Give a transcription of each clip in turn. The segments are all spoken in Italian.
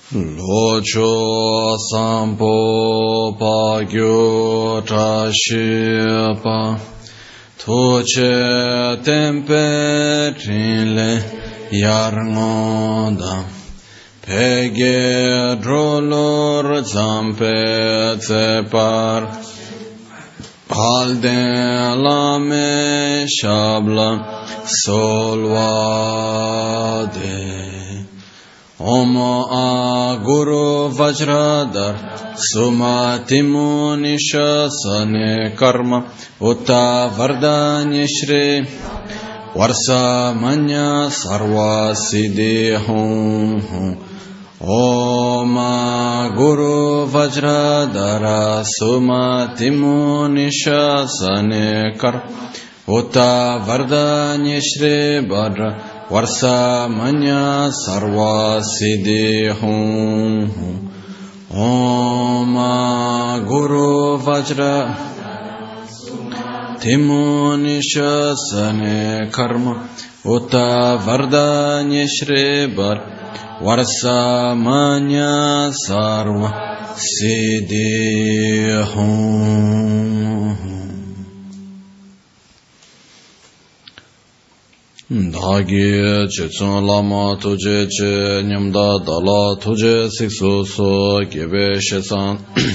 Locho sampo pagyo trashipa Toche tempe trinle yarngoda Pege drolor zampe tsepar Alde lame shabla solvade Om a Guru Vajradhar Sumatimu Nishasane Karma Uta Vardanya Shri Varsa Manya Sarva Siddhi Hum Om a Guru Vajradhara Sumatimu Nishasane Karma Uta Vardanya Shri Bhadra Varsa Manya Sarva Siddhi Hum Om Guru Vajra Timunisha Sane Karma Uta Vardanya Shri Bar Varsa Manya Sarva Siddhi Hum Dhagi Chetsun Lama Tuje Che Nyamda Dala Tuje Siksu So Gebe Shesan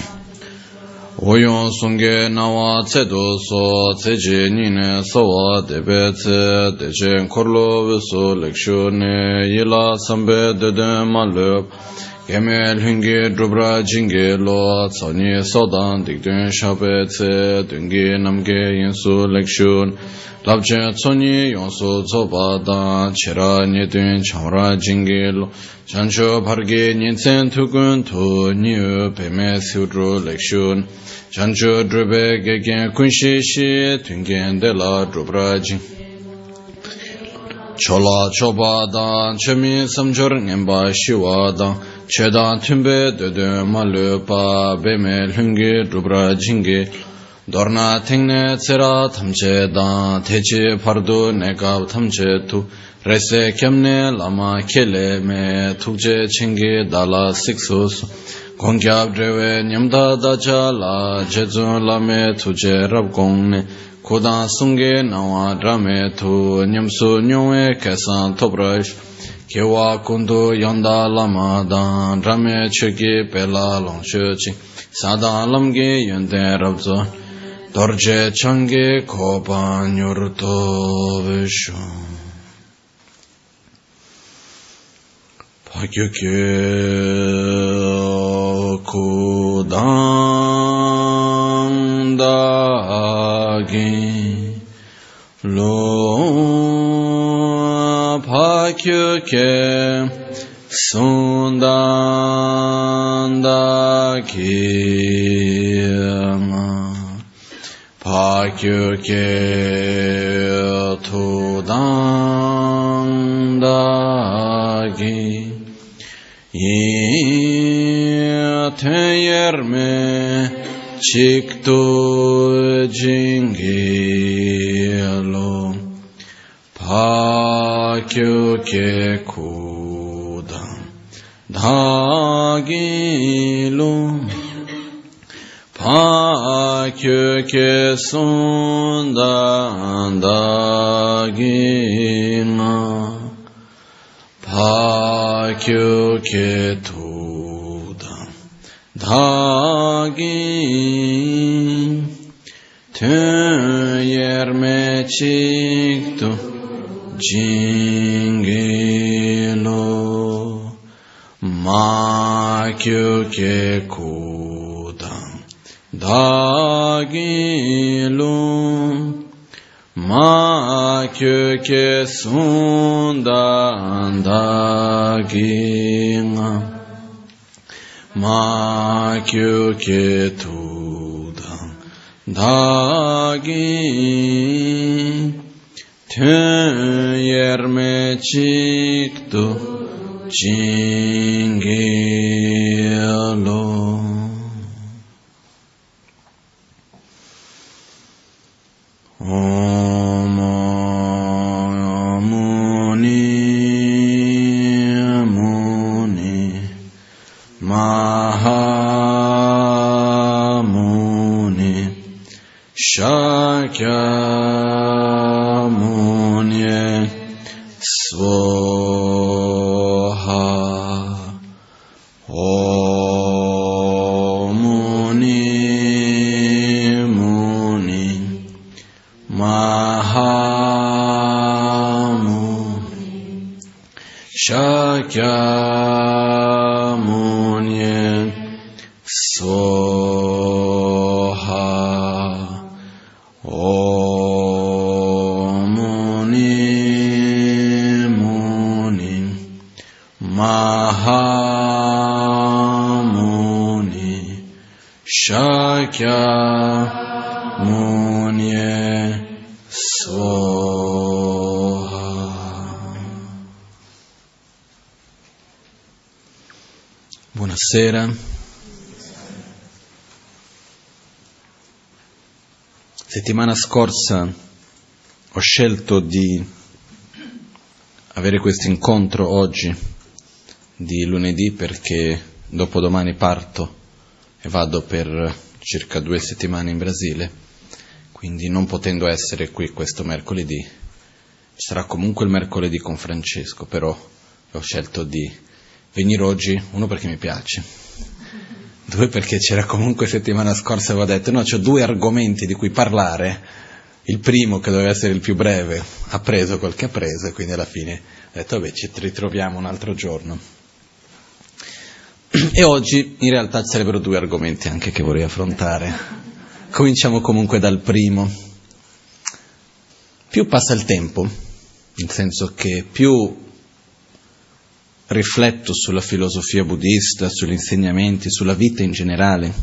Oyon Sunge Nawa Tsedo So Tseje Nine Sawa Debe Tse Dechen Korlo Visu Lekshu Ne Yila Sambe Dede Malub Gemel Hungi Drubra Jingi Lo Tsani Sodan Dikdun Shabe Tse Dungi Namge Yinsu Lekshun Labje Tsoni Yonsu Tsobadan Chira Nidun Chamra Jingil Chancho Pargi Nintsen Tukun Tu Niu Peme Sudru Lekshun Chancho Drube Gegen Kunshi Shi Tungen De La Drubra Jing Chola Chobadan Chemi Samjor Ngemba Shiwadan Chedan Tumbe Dede Malupa Beme Lungi Drubra Jingi Dorna Tingne Tsera Tamche Dan Techi Pardu Negab Tamche Tu Rese Kemne Lama Kele Me Tukje Chingi Dala Siksus Gongyab Drewe Nyamda Dacha La Jezun Lame Tuje Rab Gongne Kudan Sunge Nawa Drame Tu Nyamsu Nyongwe Kesan Tobrash Kewa Kundu Yanda Lama Dan Drame Chuki Pela Longshu Ching Sadan Lamge Yunde Rabzo Dorje Change Kopa Nyurto Vishu Pakyuke Kudan Dagi Lo Pakyuke Sundan Dagi Pakyuke Tudan Dagi Yeteyerme Chiktu Jingilo Pakyuke Kudan Dagilo Pakyuke Sundan Dagina Pakyuke Tudan Dagi Töyerme Çiktu Jingilo Makyuke Kudan Dagilum Makyuke Sundan Dagina Makyuke Tudan Dagi Töyerme Çiktu Jingilo Om Muni Muni Mahamuni Shakyamuni Svoha Omuni Muni Mahamuni Shakyamuni Svoha Omuni Muni Mahamuni Shakyamuni Svoha. Buonasera. Settimana scorsa ho scelto di avere questo incontro oggi, di lunedì, perché dopodomani parto e vado per circa 2 settimane in Brasile, quindi non potendo essere qui questo mercoledì, ci sarà comunque il mercoledì con Francesco, però ho scelto di venire oggi, 1 perché mi piace, 2 perché c'era comunque settimana scorsa, avevo detto no, c'ho 2 argomenti di cui parlare, il primo che doveva essere il più breve ha preso quel che ha preso e quindi alla fine ho detto vabbè ci ritroviamo un altro giorno. E oggi in realtà ci sarebbero 2 argomenti anche che vorrei affrontare. Cominciamo comunque dal primo. Più passa il tempo, nel senso che più rifletto sulla filosofia buddista, sugli insegnamenti, sulla vita in generale.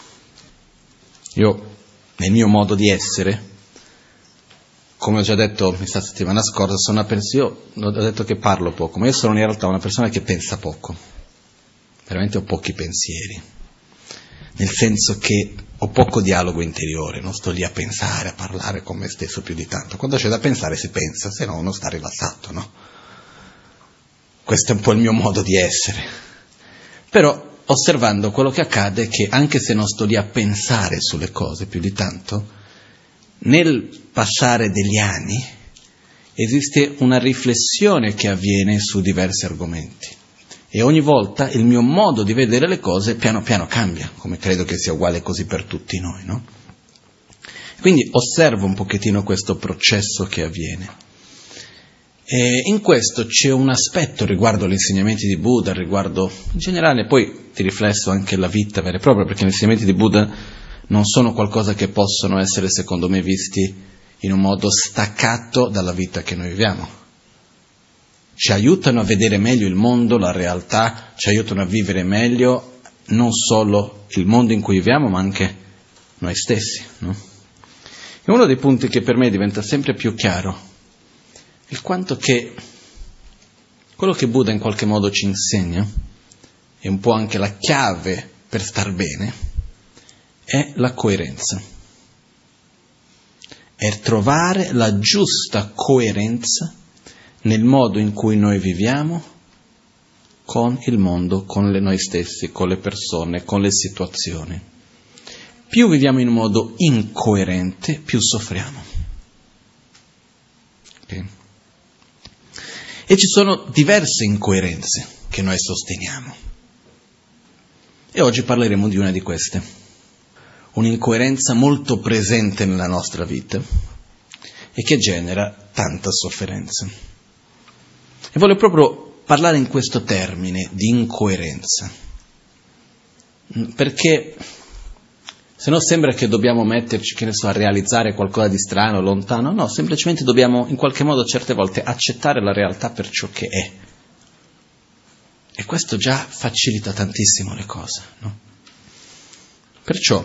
Io, nel mio modo di essere, come ho già detto questa settimana scorsa, io ho detto che parlo poco, ma io sono in realtà una persona che pensa poco. Veramente ho pochi pensieri. Nel senso che ho poco dialogo interiore, non sto lì a pensare, a parlare con me stesso più di tanto. Quando c'è da pensare si pensa, se no uno sta rilassato, no? Questo è un po' il mio modo di essere. Però, osservando quello che accade, è che anche se non sto lì a pensare sulle cose più di tanto, nel passare degli anni esiste una riflessione che avviene su diversi argomenti. E ogni volta il mio modo di vedere le cose piano piano cambia, come credo che sia uguale così per tutti noi, no? Quindi osservo un pochettino questo processo che avviene. E in questo c'è un aspetto riguardo gli insegnamenti di Buddha, riguardo in generale, poi ti riflesso anche la vita vera e propria, perché gli insegnamenti di Buddha non sono qualcosa che possono essere, secondo me, visti in un modo staccato dalla vita che noi viviamo. Ci aiutano a vedere meglio il mondo, la realtà, ci aiutano a vivere meglio non solo il mondo in cui viviamo, ma anche noi stessi, no? E uno dei punti che per me diventa sempre più chiaro il quanto che quello che Buddha in qualche modo ci insegna, e un po' anche la chiave per star bene, è la coerenza. È trovare la giusta coerenza nel modo in cui noi viviamo con il mondo, con noi stessi, con le persone, con le situazioni. Più viviamo in un modo incoerente, più soffriamo. Okay? E ci sono diverse incoerenze che noi sosteniamo. E oggi parleremo di una di queste. Un'incoerenza molto presente nella nostra vita e che genera tanta sofferenza. E voglio proprio parlare in questo termine di incoerenza, perché se no sembra che dobbiamo metterci, che ne so, a realizzare qualcosa di strano, lontano. No, semplicemente dobbiamo in qualche modo certe volte accettare la realtà per ciò che è. E questo già facilita tantissimo le cose, no? Perciò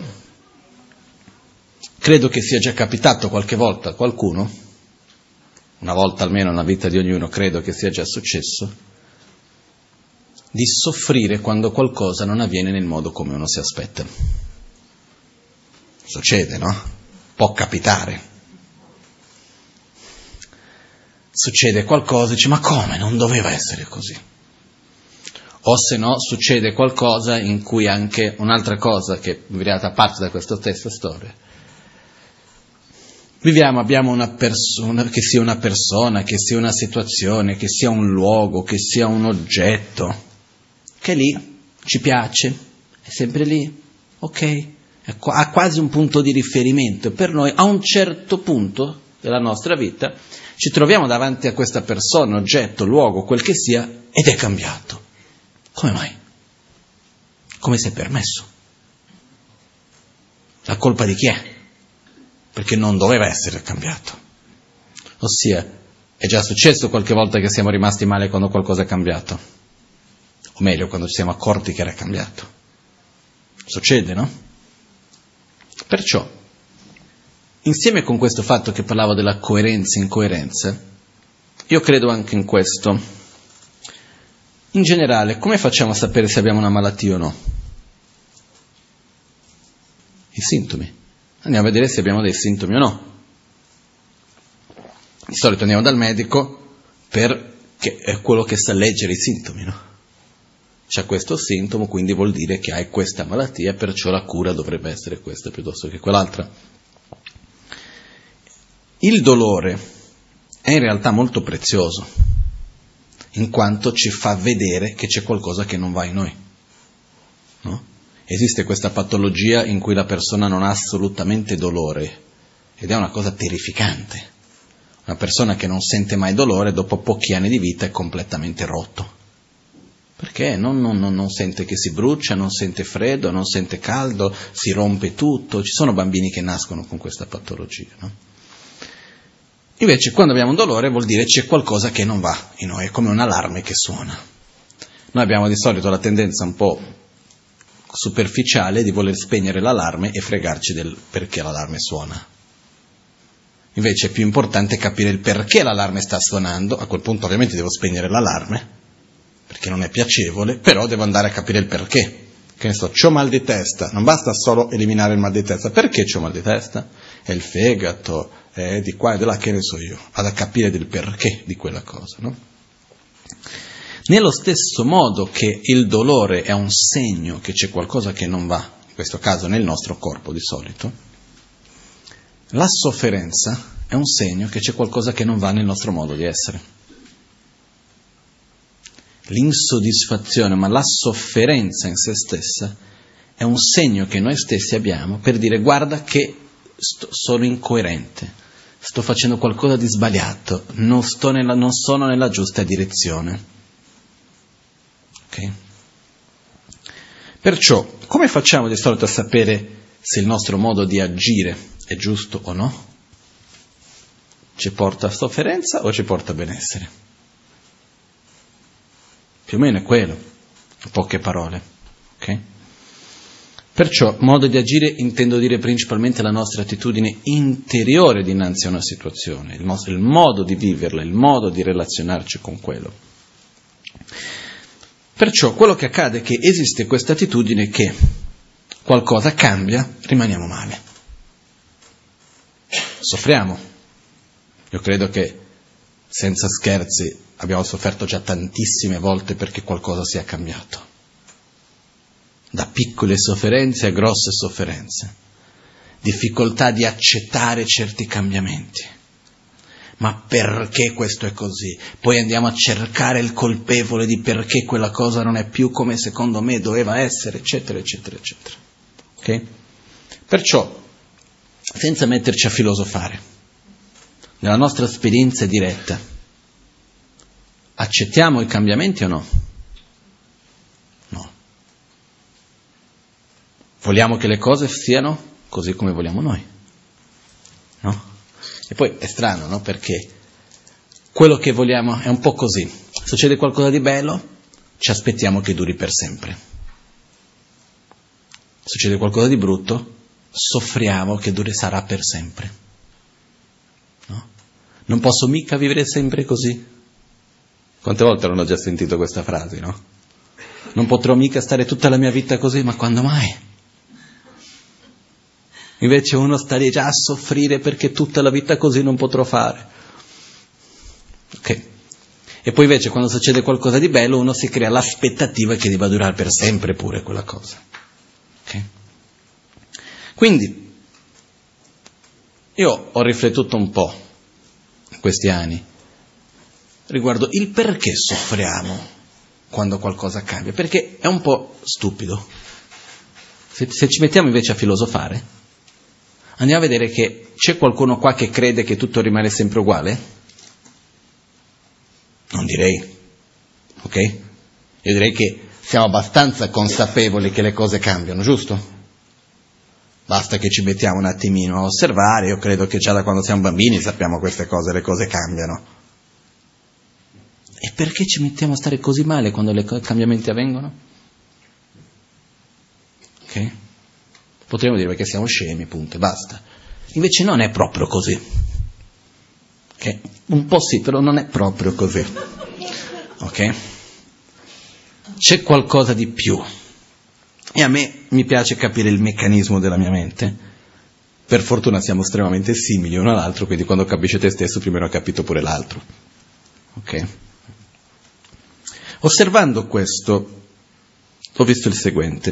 credo che sia già capitato qualche volta a qualcuno, una volta almeno nella vita di ognuno, credo che sia già successo, di soffrire quando qualcosa non avviene nel modo come uno si aspetta. Succede, no? Può capitare. Succede qualcosa e dice, ma come? Non doveva essere così. O se no succede qualcosa in cui anche un'altra cosa che in realtà parte da questa stessa storia. Abbiamo una persona, che sia una situazione, che sia un luogo, che sia un oggetto, che lì ci piace, è sempre lì, ok, ha quasi un punto di riferimento per noi. A un certo punto della nostra vita ci troviamo davanti a questa persona, oggetto, luogo, quel che sia, ed è cambiato. Come mai? Come si è permesso? La colpa di chi è? Perché non doveva essere cambiato. Ossia, è già successo qualche volta che siamo rimasti male quando qualcosa è cambiato. O meglio, quando ci siamo accorti che era cambiato. Succede, no? Perciò, insieme con questo fatto che parlavo della coerenza e incoerenza, io credo anche in questo. In generale, come facciamo a sapere se abbiamo una malattia o no? I sintomi. Andiamo a vedere se abbiamo dei sintomi o no. Di solito andiamo dal medico perché è quello che sa leggere i sintomi, no? C'è questo sintomo, quindi vuol dire che hai questa malattia, perciò la cura dovrebbe essere questa piuttosto che quell'altra. Il dolore è in realtà molto prezioso, in quanto ci fa vedere che c'è qualcosa che non va in noi, no? Esiste questa patologia in cui la persona non ha assolutamente dolore, ed è una cosa terrificante. Una persona che non sente mai dolore, dopo pochi anni di vita è completamente rotto. Perché non sente che si brucia, non sente freddo, non sente caldo, si rompe tutto. Ci sono bambini che nascono con questa patologia, no? Invece quando abbiamo un dolore vuol dire c'è qualcosa che non va in noi, è come un allarme che suona. Noi abbiamo di solito la tendenza un po' superficiale di voler spegnere l'allarme e fregarci del perché l'allarme suona. Invece è più importante capire il perché l'allarme sta suonando. A quel punto ovviamente devo spegnere l'allarme, perché non è piacevole, però devo andare a capire il perché. Che ne so, c'ho mal di testa, non basta solo eliminare il mal di testa. Perché c'ho mal di testa? È il fegato, è di qua e di là, che ne so io. Vado a capire del perché di quella cosa, no? Nello stesso modo che il dolore è un segno che c'è qualcosa che non va, in questo caso nel nostro corpo di solito, la sofferenza è un segno che c'è qualcosa che non va nel nostro modo di essere. L'insoddisfazione, ma la sofferenza in se stessa, è un segno che noi stessi abbiamo per dire: guarda che sono incoerente, sto facendo qualcosa di sbagliato, non sono nella giusta direzione. Okay? Perciò, come facciamo di solito a sapere se il nostro modo di agire è giusto o no? Ci porta a sofferenza o ci porta a benessere? Più o meno è quello, in poche parole. Okay? Perciò, modo di agire intendo dire principalmente la nostra attitudine interiore dinanzi a una situazione, il modo di viverla, il modo di relazionarci con quello. Perciò quello che accade è che esiste questa attitudine che qualcosa cambia, rimaniamo male. Soffriamo. Io credo che, senza scherzi, abbiamo sofferto già tantissime volte perché qualcosa sia cambiato. Da piccole sofferenze a grosse sofferenze. Difficoltà di accettare certi cambiamenti. Ma perché questo è così? Poi andiamo a cercare il colpevole di perché quella cosa non è più come secondo me doveva essere, eccetera, eccetera, eccetera. Ok? Perciò, senza metterci a filosofare, nella nostra esperienza diretta, accettiamo i cambiamenti o no? No. Vogliamo che le cose siano così come vogliamo noi? No? E poi è strano, no? Perché quello che vogliamo è un po' così. Succede qualcosa di bello, ci aspettiamo che duri per sempre. Succede qualcosa di brutto, soffriamo che sarà per sempre. No? Non posso mica vivere sempre così. Quante volte non ho già sentito questa frase, no? Non potrò mica stare tutta la mia vita così, ma quando mai? Invece uno sta lì già a soffrire perché tutta la vita così non potrò fare. Ok. E poi invece quando succede qualcosa di bello uno si crea l'aspettativa che debba durare per sempre pure quella cosa. Okay? Quindi io ho riflettuto un po' in questi anni riguardo il perché soffriamo quando qualcosa cambia, perché è un po' stupido. Se ci mettiamo invece a filosofare, andiamo a vedere che c'è qualcuno qua che crede che tutto rimane sempre uguale? Non direi, ok? Io direi che siamo abbastanza consapevoli che le cose cambiano, giusto? Basta che ci mettiamo un attimino a osservare, io credo che già da quando siamo bambini sappiamo queste cose, le cose cambiano. E perché ci mettiamo a stare così male quando i cambiamenti avvengono? Ok? Potremmo dire che siamo scemi, punto, e basta. Invece non è proprio così. Okay. Un po' sì, però non è proprio così. Ok? C'è qualcosa di più. E a me mi piace capire il meccanismo della mia mente. Per fortuna siamo estremamente simili uno all'altro, quindi quando capisci te stesso, prima ho capito pure l'altro. Ok? Osservando questo, ho visto il seguente.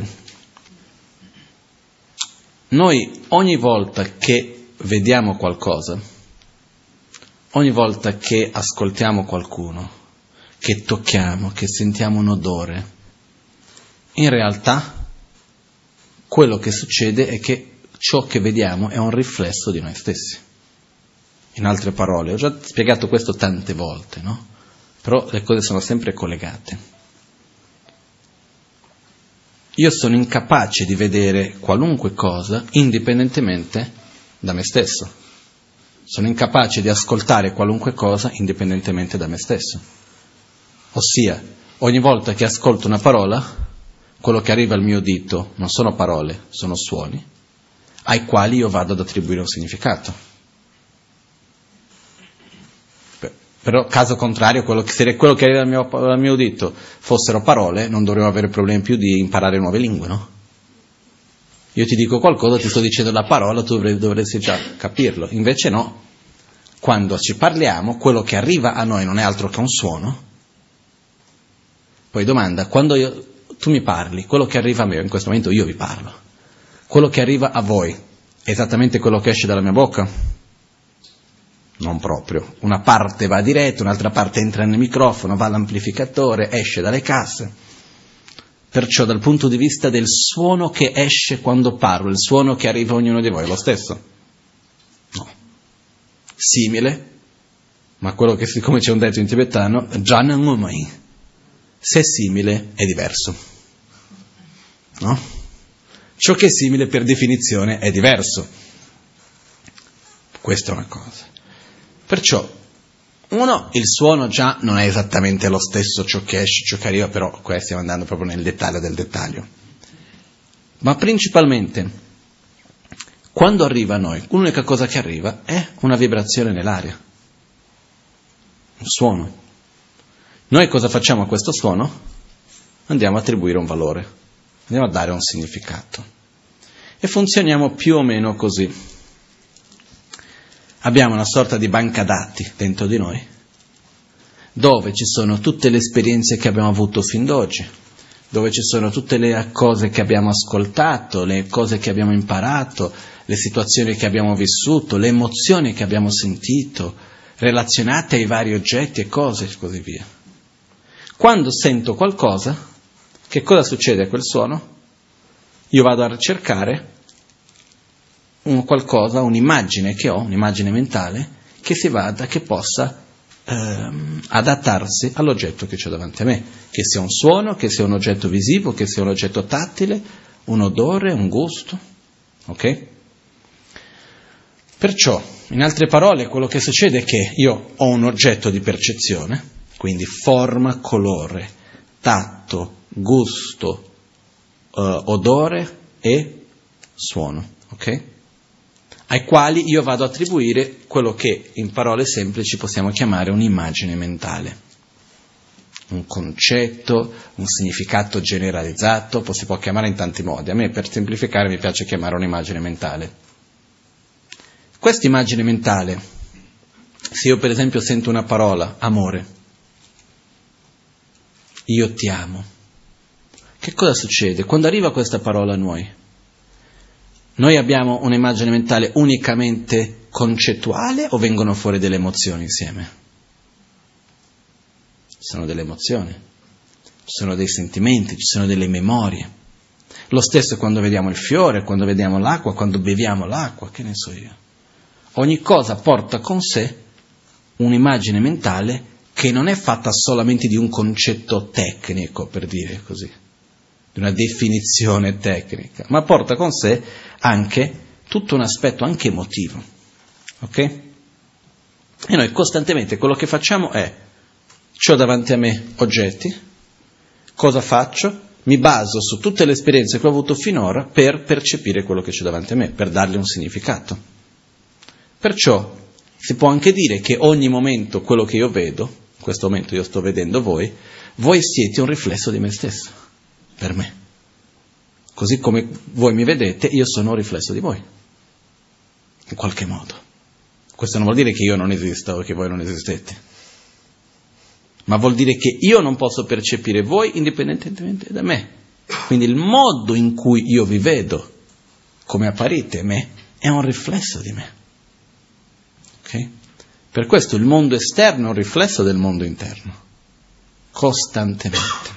Noi ogni volta che vediamo qualcosa, ogni volta che ascoltiamo qualcuno, che tocchiamo, che sentiamo un odore, in realtà quello che succede è che ciò che vediamo è un riflesso di noi stessi. In altre parole, ho già spiegato questo tante volte, no? Però le cose sono sempre collegate. Io sono incapace di vedere qualunque cosa indipendentemente da me stesso. Sono incapace di ascoltare qualunque cosa indipendentemente da me stesso. Ossia, ogni volta che ascolto una parola, quello che arriva al mio udito non sono parole, sono suoni, ai quali io vado ad attribuire un significato. Però, caso contrario, se quello che arriva al mio udito fossero parole, non dovremmo avere problemi più di imparare nuove lingue, no? Io ti dico qualcosa, ti sto dicendo la parola, tu dovresti già capirlo. Invece no. Quando ci parliamo, quello che arriva a noi non è altro che un suono. Poi domanda, quando tu mi parli, quello che arriva a me, in questo momento io vi parlo, quello che arriva a voi è esattamente quello che esce dalla mia bocca? Non proprio. Una parte va diretto, un'altra parte entra nel microfono, va all'amplificatore, esce dalle casse. Perciò dal punto di vista del suono che esce quando parlo, il suono che arriva a ognuno di voi è lo stesso? No. Simile, ma quello che siccome c'è un detto in tibetano, Janangumai, se è simile è diverso. No? Ciò che è simile per definizione è diverso. Questa è una cosa. Perciò, uno, il suono già non è esattamente lo stesso ciò che esce, ciò che arriva, però qua stiamo andando proprio nel dettaglio del dettaglio. Ma principalmente, quando arriva a noi, l'unica cosa che arriva è una vibrazione nell'aria, un suono. Noi cosa facciamo a questo suono? Andiamo a attribuire un valore, andiamo a dare un significato. E funzioniamo più o meno così. Abbiamo una sorta di banca dati dentro di noi, dove ci sono tutte le esperienze che abbiamo avuto fin d'oggi, dove ci sono tutte le cose che abbiamo ascoltato, le cose che abbiamo imparato, le situazioni che abbiamo vissuto, le emozioni che abbiamo sentito, relazionate ai vari oggetti e cose e così via. Quando sento qualcosa, che cosa succede a quel suono? Io vado a cercare qualcosa, un'immagine che ho, un'immagine mentale, che possa adattarsi all'oggetto che c'ho davanti a me, che sia un suono, che sia un oggetto visivo, che sia un oggetto tattile, un odore, un gusto, ok? Perciò, in altre parole, quello che succede è che io ho un oggetto di percezione, quindi forma, colore, tatto, gusto, odore e suono, ok? Ai quali io vado ad attribuire quello che in parole semplici possiamo chiamare un'immagine mentale, un concetto, un significato generalizzato, si può chiamare in tanti modi. A me per semplificare mi piace chiamare un'immagine mentale. Questa immagine mentale, se io per esempio sento una parola, amore, io ti amo. Che cosa succede? Quando arriva questa parola a noi abbiamo un'immagine mentale unicamente concettuale o vengono fuori delle emozioni insieme? Ci sono delle emozioni, ci sono dei sentimenti, ci sono delle memorie. Lo stesso quando vediamo il fiore, quando vediamo l'acqua, quando beviamo l'acqua, che ne so io. Ogni cosa porta con sé un'immagine mentale che non è fatta solamente di un concetto tecnico, per dire così, di una definizione tecnica, ma porta con sé anche tutto un aspetto anche emotivo, ok? E noi costantemente quello che facciamo è, c'ho davanti a me oggetti, cosa faccio? Mi baso su tutte le esperienze che ho avuto finora per percepire quello che c'è davanti a me, per dargli un significato. Perciò si può anche dire che ogni momento quello che io vedo, in questo momento io sto vedendo voi siete un riflesso di me stesso, per me. Così come voi mi vedete, io sono un riflesso di voi, in qualche modo. Questo non vuol dire che io non esista o che voi non esistete, ma vuol dire che io non posso percepire voi indipendentemente da me. Quindi il modo in cui io vi vedo, come apparite a me, è un riflesso di me. Okay? Per questo il mondo esterno è un riflesso del mondo interno, costantemente.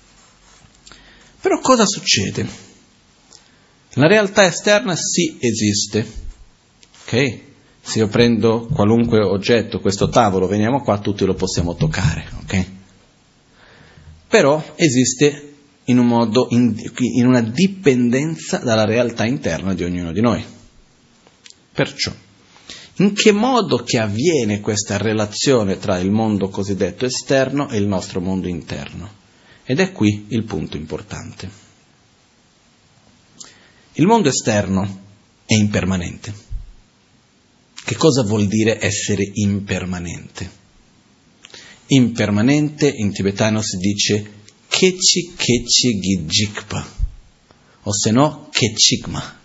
Però cosa succede? La realtà esterna sì esiste, ok? Se io prendo qualunque oggetto, questo tavolo, veniamo qua, tutti lo possiamo toccare, ok? Però esiste in un modo, in una dipendenza dalla realtà interna di ognuno di noi. Perciò, in che modo che avviene questa relazione tra il mondo cosiddetto esterno e il nostro mondo interno? Ed è qui il punto importante. Il mondo esterno è impermanente. Che cosa vuol dire essere impermanente? Impermanente in tibetano si dice kechi kechi gijikpa, o se no kechigma.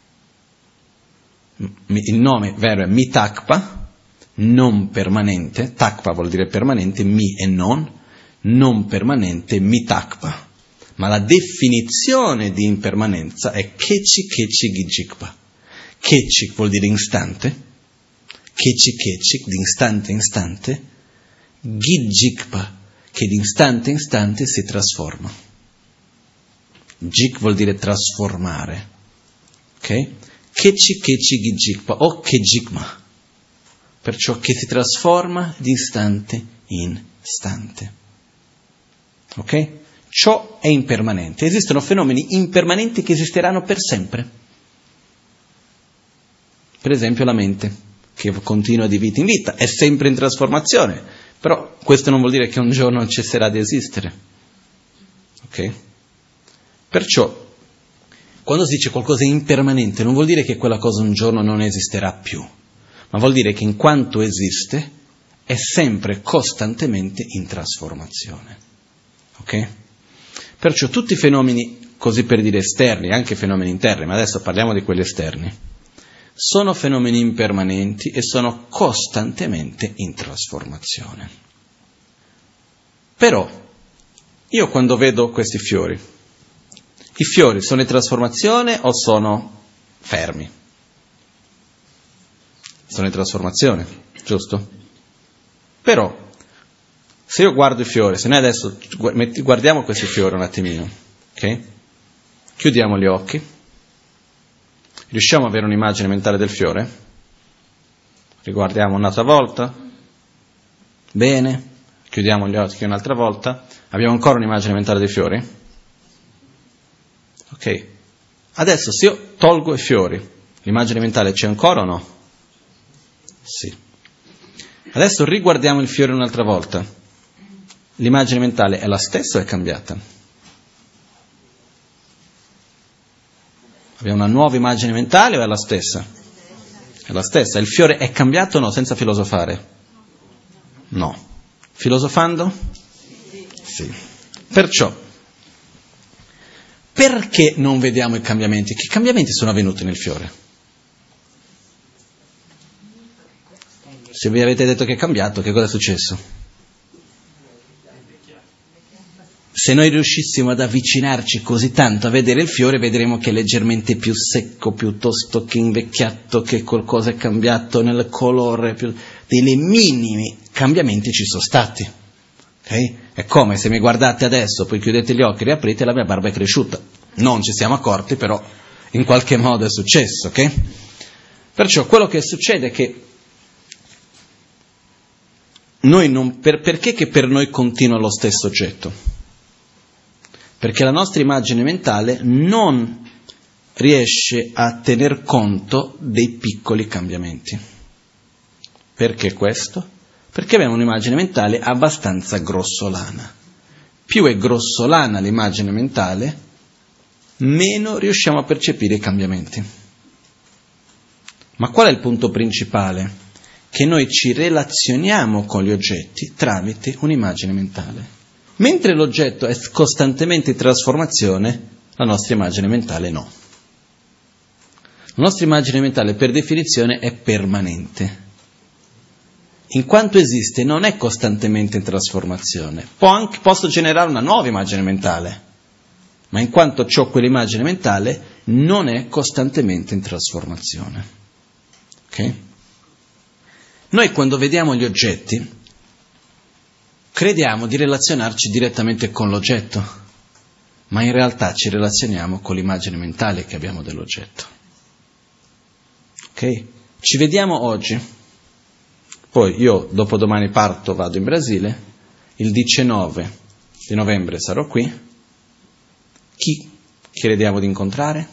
Il nome vero è mitakpa, non permanente, takpa vuol dire permanente, mi e non permanente, mitakpa. Ma la definizione di impermanenza è kechi kechi gijikpa. Kechi vuol dire istante, kechi kechi, di istante in istante, gijikpa, che di istante in istante si trasforma. Jik vuol dire trasformare, ok? Kechi kechi gijikpa, o kejikma, perciò che si trasforma di istante in istante, ok? Ciò è impermanente. Esistono fenomeni impermanenti che esisteranno per sempre. Per esempio la mente, che continua di vita in vita, è sempre in trasformazione, però questo non vuol dire che un giorno cesserà di esistere. Ok? Perciò, quando si dice qualcosa è impermanente, non vuol dire che quella cosa un giorno non esisterà più, ma vuol dire che in quanto esiste, è sempre costantemente in trasformazione. Ok? Perciò tutti i fenomeni, così per dire esterni, anche fenomeni interni, ma adesso parliamo di quelli esterni, sono fenomeni impermanenti e sono costantemente in trasformazione. Però, io quando vedo questi fiori, i fiori sono in trasformazione o sono fermi? Sono in trasformazione, giusto? Però, se io guardo i fiori, se noi adesso guardiamo questi fiori un attimino, ok? Chiudiamo gli occhi, riusciamo ad avere un'immagine mentale del fiore? Riguardiamo un'altra volta, bene, chiudiamo gli occhi un'altra volta, abbiamo ancora un'immagine mentale dei fiori? Ok, adesso se io tolgo i fiori, l'immagine mentale c'è ancora o no? Sì. Adesso riguardiamo il fiore un'altra volta. L'immagine mentale è la stessa o è cambiata? Abbiamo una nuova immagine mentale o è la stessa? È la stessa. Il fiore è cambiato o no, senza filosofare? No. Filosofando? Sì. Perciò, perché non vediamo i cambiamenti? Che cambiamenti sono avvenuti nel fiore? Se vi avete detto che è cambiato, che cosa è successo? Se noi riuscissimo ad avvicinarci così tanto a vedere il fiore, vedremo che è leggermente più secco, piuttosto che invecchiato, che qualcosa è cambiato nel colore, dei minimi cambiamenti ci sono stati. Okay? È come se mi guardate adesso, poi chiudete gli occhi, riaprite, la mia barba è cresciuta. Non ci siamo accorti, però in qualche modo è successo, ok? Perciò quello che succede è che noi non, perché che per noi continua lo stesso oggetto? Perché la nostra immagine mentale non riesce a tener conto dei piccoli cambiamenti. Perché questo? Perché abbiamo un'immagine mentale abbastanza grossolana. Più è grossolana l'immagine mentale, meno riusciamo a percepire i cambiamenti. Ma qual è il punto principale? Che noi ci relazioniamo con gli oggetti tramite un'immagine mentale. Mentre l'oggetto è costantemente in trasformazione, la nostra immagine mentale no. La nostra immagine mentale per definizione è permanente. In quanto esiste non è costantemente in trasformazione. Posso generare una nuova immagine mentale, ma in quanto ho quell'immagine mentale non è costantemente in trasformazione. Ok? Noi quando vediamo gli oggetti crediamo di relazionarci direttamente con l'oggetto, ma in realtà ci relazioniamo con l'immagine mentale che abbiamo dell'oggetto. Ok? Ci vediamo oggi, poi io dopodomani parto, vado in Brasile, il 19 di novembre sarò qui. Chi crediamo di incontrare?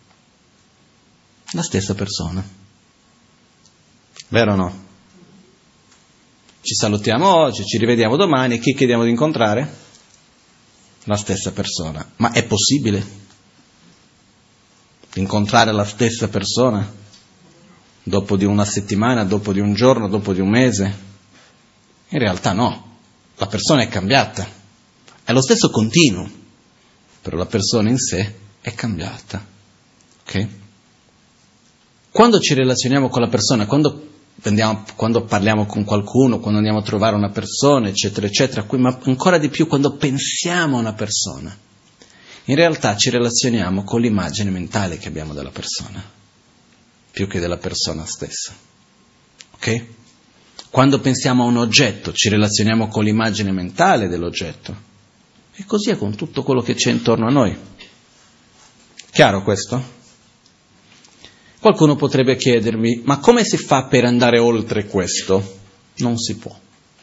La stessa persona. Vero o no? Ci salutiamo oggi, ci rivediamo domani, chi chiediamo di incontrare? La stessa persona. Ma è possibile incontrare la stessa persona dopo di una settimana, dopo di un giorno, dopo di un mese? In realtà no, la persona è cambiata, è lo stesso continuo, però la persona in sé è cambiata. Ok? Quando ci relazioniamo con la persona, quando parliamo con qualcuno, quando andiamo a trovare una persona, eccetera, eccetera, ma ancora di più quando pensiamo a una persona, in realtà ci relazioniamo con l'immagine mentale che abbiamo della persona, più che della persona stessa. Ok? Quando pensiamo a un oggetto, ci relazioniamo con l'immagine mentale dell'oggetto. E così è con tutto quello che c'è intorno a noi. Chiaro questo? Qualcuno potrebbe chiedermi, ma come si fa per andare oltre questo? Non si può.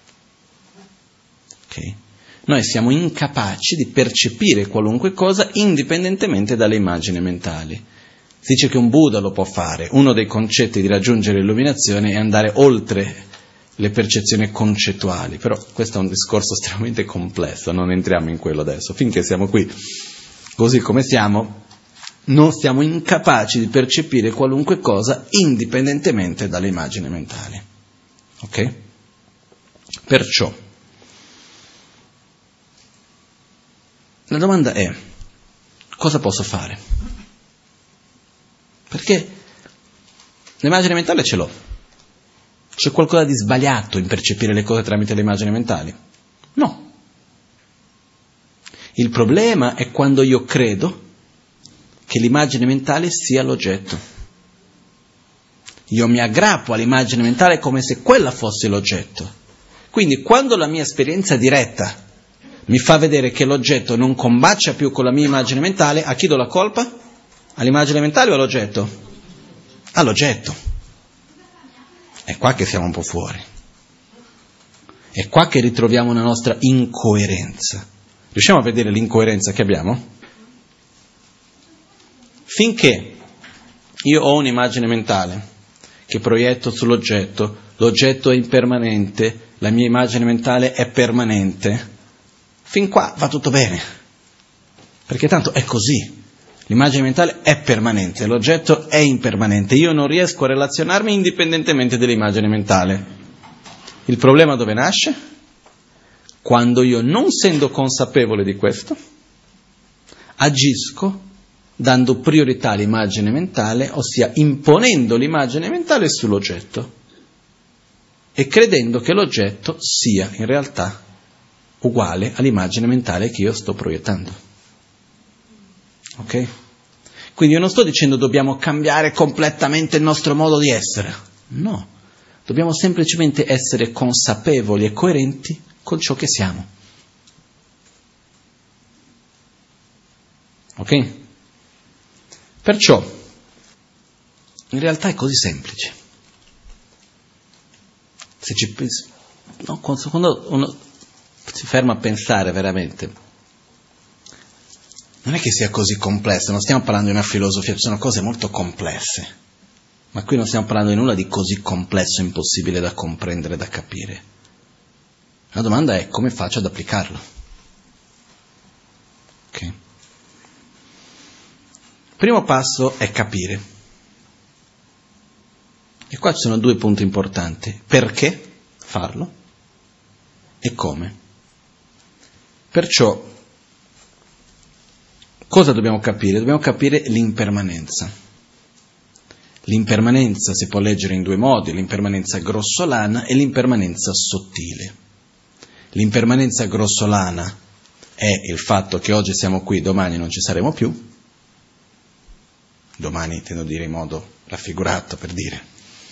Okay? Noi siamo incapaci di percepire qualunque cosa indipendentemente dalle immagini mentali. Si dice che un Buddha lo può fare. Uno dei concetti di raggiungere l'illuminazione è andare oltre le percezioni concettuali. Però questo è un discorso estremamente complesso, non entriamo in quello adesso. Finché siamo qui, così come siamo, non siamo incapaci di percepire qualunque cosa indipendentemente dalle immagini mentali. Ok? Perciò, la domanda è, cosa posso fare? Perché l'immagine mentale ce l'ho. C'è qualcosa di sbagliato in percepire le cose tramite le immagini mentali? No. Il problema è quando io credo che l'immagine mentale sia l'oggetto. Io mi aggrappo all'immagine mentale come se quella fosse l'oggetto. Quindi quando la mia esperienza diretta mi fa vedere che l'oggetto non combacia più con la mia immagine mentale, a chi do la colpa? All'immagine mentale o all'oggetto? All'oggetto. È qua che siamo un po' fuori. È qua che ritroviamo una nostra incoerenza. Riusciamo a vedere l'incoerenza che abbiamo? Finché io ho un'immagine mentale che proietto sull'oggetto, l'oggetto è impermanente, la mia immagine mentale è permanente, fin qua va tutto bene, perché tanto è così. L'immagine mentale è permanente, l'oggetto è impermanente, io non riesco a relazionarmi indipendentemente dall'immagine mentale. Il problema dove nasce? Quando io, non essendo consapevole di questo, agisco dando priorità all'immagine mentale, ossia imponendo l'immagine mentale sull'oggetto e credendo che l'oggetto sia in realtà uguale all'immagine mentale che io sto proiettando. Ok? Quindi io non sto dicendo dobbiamo cambiare completamente il nostro modo di essere. No, dobbiamo semplicemente essere consapevoli e coerenti con ciò che siamo. Ok? Perciò, in realtà è così semplice. Se ci pensi, no, quando uno si ferma a pensare veramente, non è che sia così complesso, non stiamo parlando di una filosofia, ci sono cose molto complesse, ma qui non stiamo parlando di nulla di così complesso, impossibile da comprendere, da capire. La domanda è: come faccio ad applicarlo? Ok? Il primo passo è capire. E qua ci sono due punti importanti: perché farlo e come. Perciò, cosa dobbiamo capire? Dobbiamo capire l'impermanenza. L'impermanenza si può leggere in due modi: l'impermanenza grossolana e l'impermanenza sottile. L'impermanenza grossolana è il fatto che oggi siamo qui, domani non ci saremo più. Domani intendo dire in modo raffigurato, per dire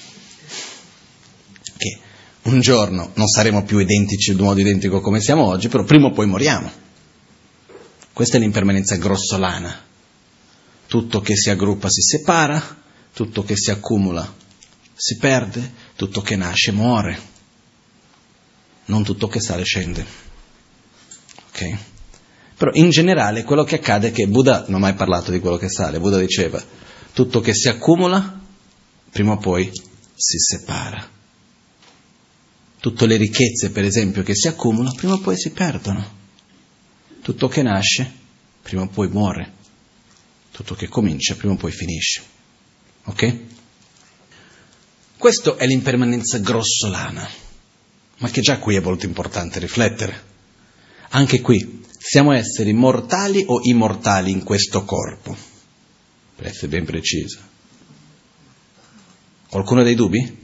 che un giorno non saremo più identici in modo identico come siamo oggi, però prima o poi moriamo. Questa è l'impermanenza grossolana. Tutto che si aggruppa si separa, tutto che si accumula si perde, tutto che nasce muore, non tutto che sale scende. Ok? Però in generale quello che accade è che Buddha non ha mai parlato di quello che sale. Buddha diceva: tutto che si accumula prima o poi si separa. Tutte le ricchezze, per esempio, che si accumulano prima o poi si perdono. Tutto che nasce prima o poi muore. Tutto che comincia prima o poi finisce. Ok? Questo è l'impermanenza grossolana, ma che già qui è molto importante riflettere. Anche qui, siamo esseri mortali o immortali in questo corpo? Per essere ben preciso. Qualcuno ha dei dubbi?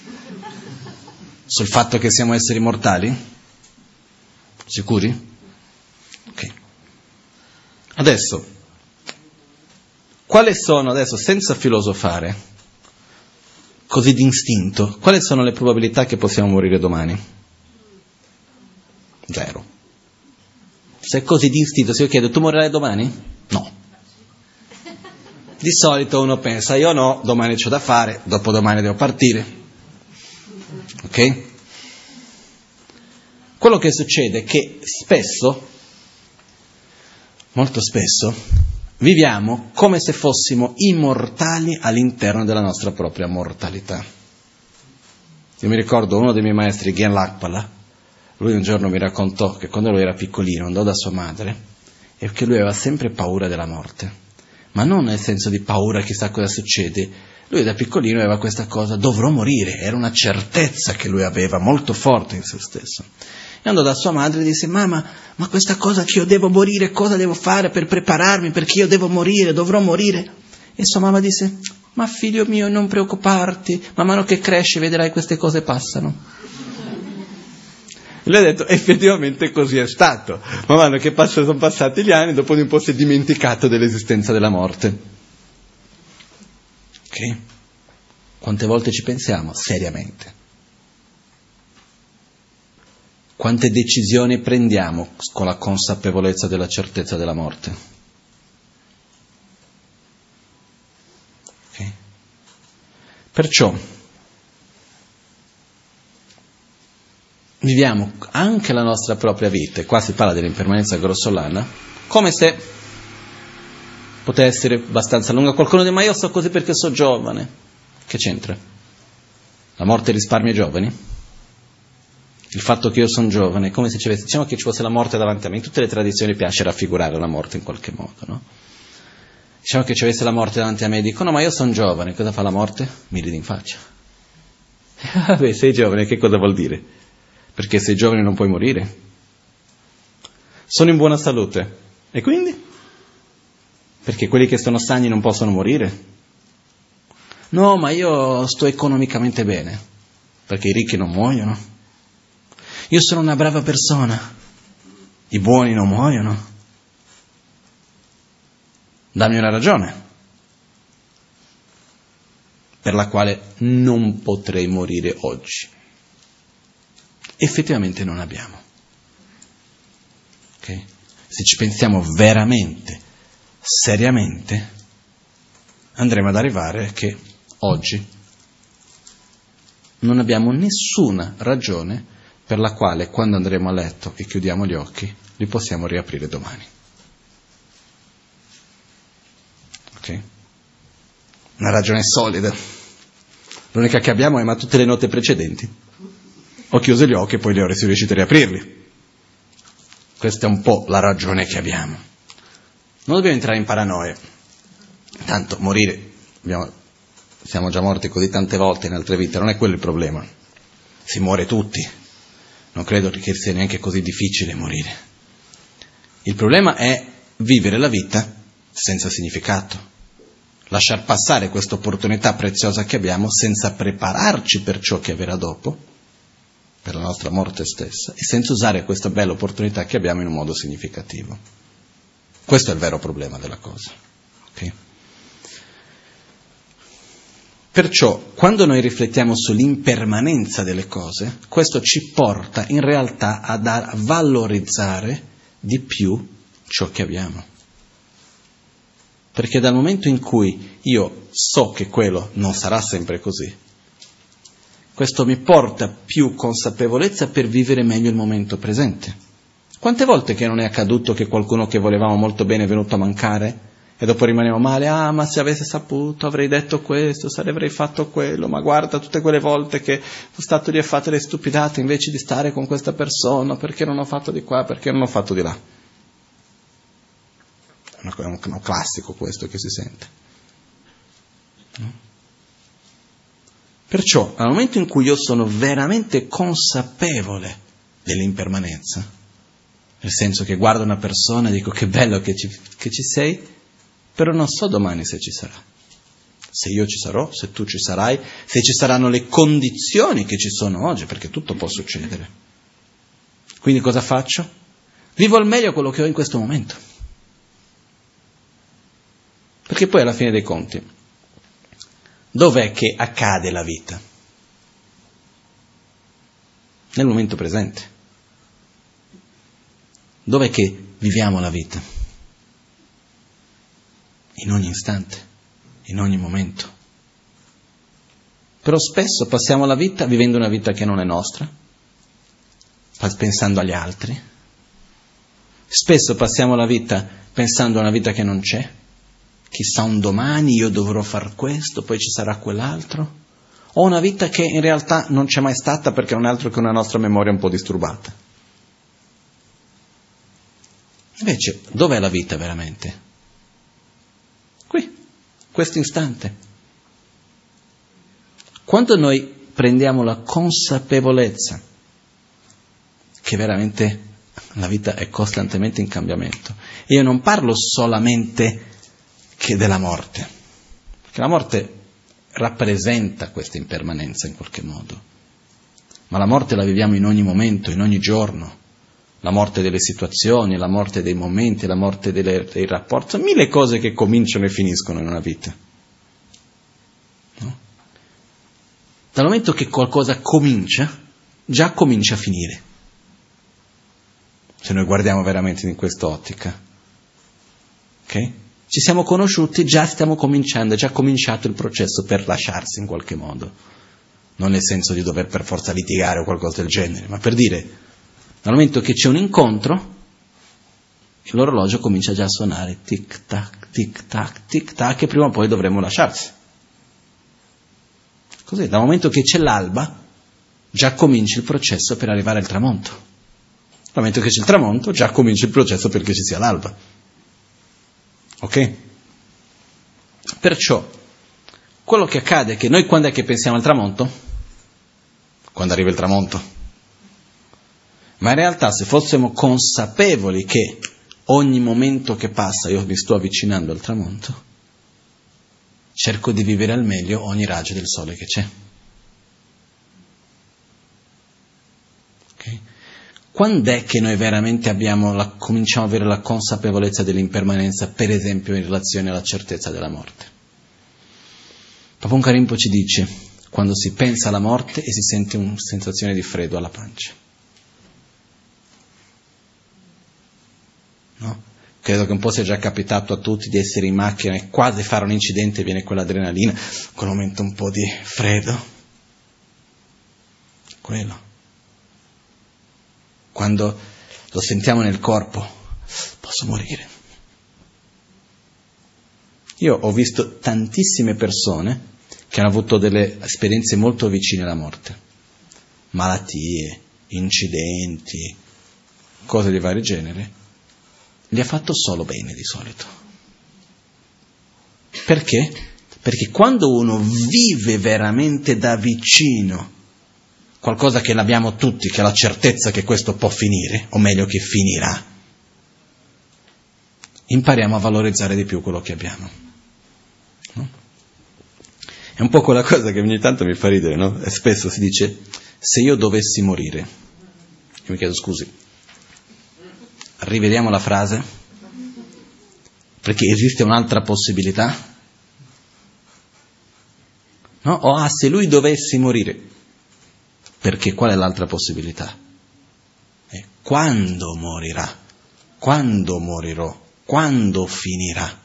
Sul fatto che siamo esseri mortali? Sicuri? Ok. Adesso, quali sono, adesso senza filosofare, così d'istinto, quali sono le probabilità che possiamo morire domani? 0. Se è così d'istinto, se io chiedo: tu morirai domani? No. Di solito uno pensa: io no, domani c'ho da fare, dopodomani devo partire. Ok? Quello che succede è che spesso, molto spesso, viviamo come se fossimo immortali all'interno della nostra propria mortalità. Io mi ricordo uno dei miei maestri, Gyan Lakpala, lui un giorno mi raccontò che quando lui era piccolino andò da sua madre e che lui aveva sempre paura della morte, ma non nel senso di paura chissà cosa succede. Lui da piccolino aveva questa cosa: dovrò morire, era una certezza che lui aveva molto forte in se stesso. E andò da sua madre e disse: mamma, ma questa cosa che io devo morire, cosa devo fare per prepararmi, perché io devo morire, dovrò morire? E sua mamma disse: ma figlio mio, non preoccuparti, man mano che cresci vedrai queste cose passano. E lui ha detto: effettivamente così è stato. Man mano che sono passati gli anni, dopo un po' si è dimenticato dell'esistenza della morte. Ok? Quante volte ci pensiamo seriamente? Quante decisioni prendiamo con la consapevolezza della certezza della morte? Okay. Perciò viviamo anche la nostra propria vita, e qua si parla dell'impermanenza grossolana, come se poteva essere abbastanza lunga. Qualcuno dice: ma io so così perché sono giovane. Che c'entra? La morte risparmia i giovani? Il fatto che io sono giovane è come se diciamo che ci fosse la morte davanti a me. In tutte le tradizioni piace raffigurare la morte in qualche modo, no? Diciamo che ci avesse la morte davanti a me e dico: no, ma io sono giovane. Cosa fa la morte? Mi ride in faccia. Vabbè, sei giovane, che cosa vuol dire? Perché sei giovane non puoi morire. Sono in buona salute. E quindi? Perché quelli che sono sani non possono morire? No, ma io sto economicamente bene. Perché i ricchi non muoiono. Io sono una brava persona. I buoni non muoiono. Dammi una ragione per la quale non potrei morire oggi. Effettivamente non abbiamo. Okay? Se ci pensiamo veramente, seriamente, andremo ad arrivare che oggi non abbiamo nessuna ragione per la quale quando andremo a letto e chiudiamo gli occhi li possiamo riaprire domani. Ok? Una ragione solida. L'unica che abbiamo è ma tutte le notti precedenti. Ho chiuso gli occhi e poi sono riuscito a riaprirli. Questa è un po' la ragione che abbiamo. Non dobbiamo entrare in paranoia. Tanto morire, siamo già morti così tante volte in altre vite, non è quello il problema. Si muore tutti. Non credo che sia neanche così difficile morire. Il problema è vivere la vita senza significato. Lasciar passare questa opportunità preziosa che abbiamo senza prepararci per ciò che avverrà dopo, per la nostra morte stessa, e senza usare questa bella opportunità che abbiamo in un modo significativo. Questo è il vero problema della cosa. Okay? Perciò, quando noi riflettiamo sull'impermanenza delle cose, questo ci porta in realtà a valorizzare di più ciò che abbiamo. Perché dal momento in cui io so che quello non sarà sempre così, questo mi porta più consapevolezza per vivere meglio il momento presente. Quante volte che non è accaduto che qualcuno che volevamo molto bene è venuto a mancare e dopo rimaniamo male, ma se avessi saputo avrei detto questo, avrei fatto quello, ma guarda tutte quelle volte che sono stato lì a fare le stupidate invece di stare con questa persona, perché non ho fatto di qua, perché non ho fatto di là. È un classico questo che si sente. Perciò, al momento in cui io sono veramente consapevole dell'impermanenza, nel senso che guardo una persona e dico che bello che ci sei, però non so domani se ci sarà. Se io ci sarò, se tu ci sarai, se ci saranno le condizioni che ci sono oggi, perché tutto può succedere. Quindi cosa faccio? Vivo al meglio quello che ho in questo momento. Perché poi alla fine dei conti, dov'è che accade la vita? Nel momento presente. Dov'è che viviamo la vita? In ogni istante, in ogni momento. Però spesso passiamo la vita vivendo una vita che non è nostra, pensando agli altri. Spesso passiamo la vita pensando a una vita che non c'è. Chissà un domani io dovrò far questo, poi ci sarà quell'altro. O una vita che in realtà non c'è mai stata perché non è altro che una nostra memoria un po' disturbata. Invece, dov'è la vita veramente? Qui, questo istante. Quando noi prendiamo la consapevolezza che veramente la vita è costantemente in cambiamento, e io non parlo solamente che della morte, perché la morte rappresenta questa impermanenza in qualche modo, ma la morte la viviamo in ogni momento, in ogni giorno, la morte delle situazioni, la morte dei momenti, la morte dei rapporti, sono mille cose che cominciano e finiscono in una vita. No? Dal momento che qualcosa comincia, già comincia a finire, se noi guardiamo veramente in quest'ottica. Ok? Ci siamo conosciuti, già stiamo cominciando, è già cominciato il processo per lasciarsi in qualche modo. Non nel senso di dover per forza litigare o qualcosa del genere, ma per dire, dal momento che c'è un incontro, l'orologio comincia già a suonare, tic-tac, tic-tac, tic-tac, e prima o poi dovremo lasciarsi. Così, dal momento che c'è l'alba, già comincia il processo per arrivare al tramonto. Dal momento che c'è il tramonto, già comincia il processo perché ci sia l'alba. Ok? Perciò, quello che accade è che noi quando è che pensiamo al tramonto? Quando arriva il tramonto. Ma in realtà se fossimo consapevoli che ogni momento che passa io mi sto avvicinando al tramonto, cerco di vivere al meglio ogni raggio del sole che c'è. Okay? Quando è che noi veramente cominciamo ad avere la consapevolezza dell'impermanenza, per esempio in relazione alla certezza della morte? Paponka Rinpoche dice, quando si pensa alla morte e si sente una sensazione di freddo alla pancia. No? Credo che un po' sia già capitato a tutti di essere in macchina e quasi fare un incidente, viene quell'adrenalina, quel momento un po' di freddo. Quello. Quando lo sentiamo nel corpo, posso morire. Io ho visto tantissime persone che hanno avuto delle esperienze molto vicine alla morte, malattie, incidenti, cose di vario genere, li ha fatto solo bene di solito. Perché? Perché quando uno vive veramente da vicino qualcosa che l'abbiamo tutti, che è la certezza che questo può finire, o meglio che finirà, impariamo a valorizzare di più quello che abbiamo. No? È un po' quella cosa che ogni tanto mi fa ridere, no? E spesso si dice, se io dovessi morire, io mi chiedo scusi, rivediamo la frase, perché esiste un'altra possibilità? No? O se lui dovessi morire, perché qual è l'altra possibilità? Quando morirà? Quando morirò? Quando finirà?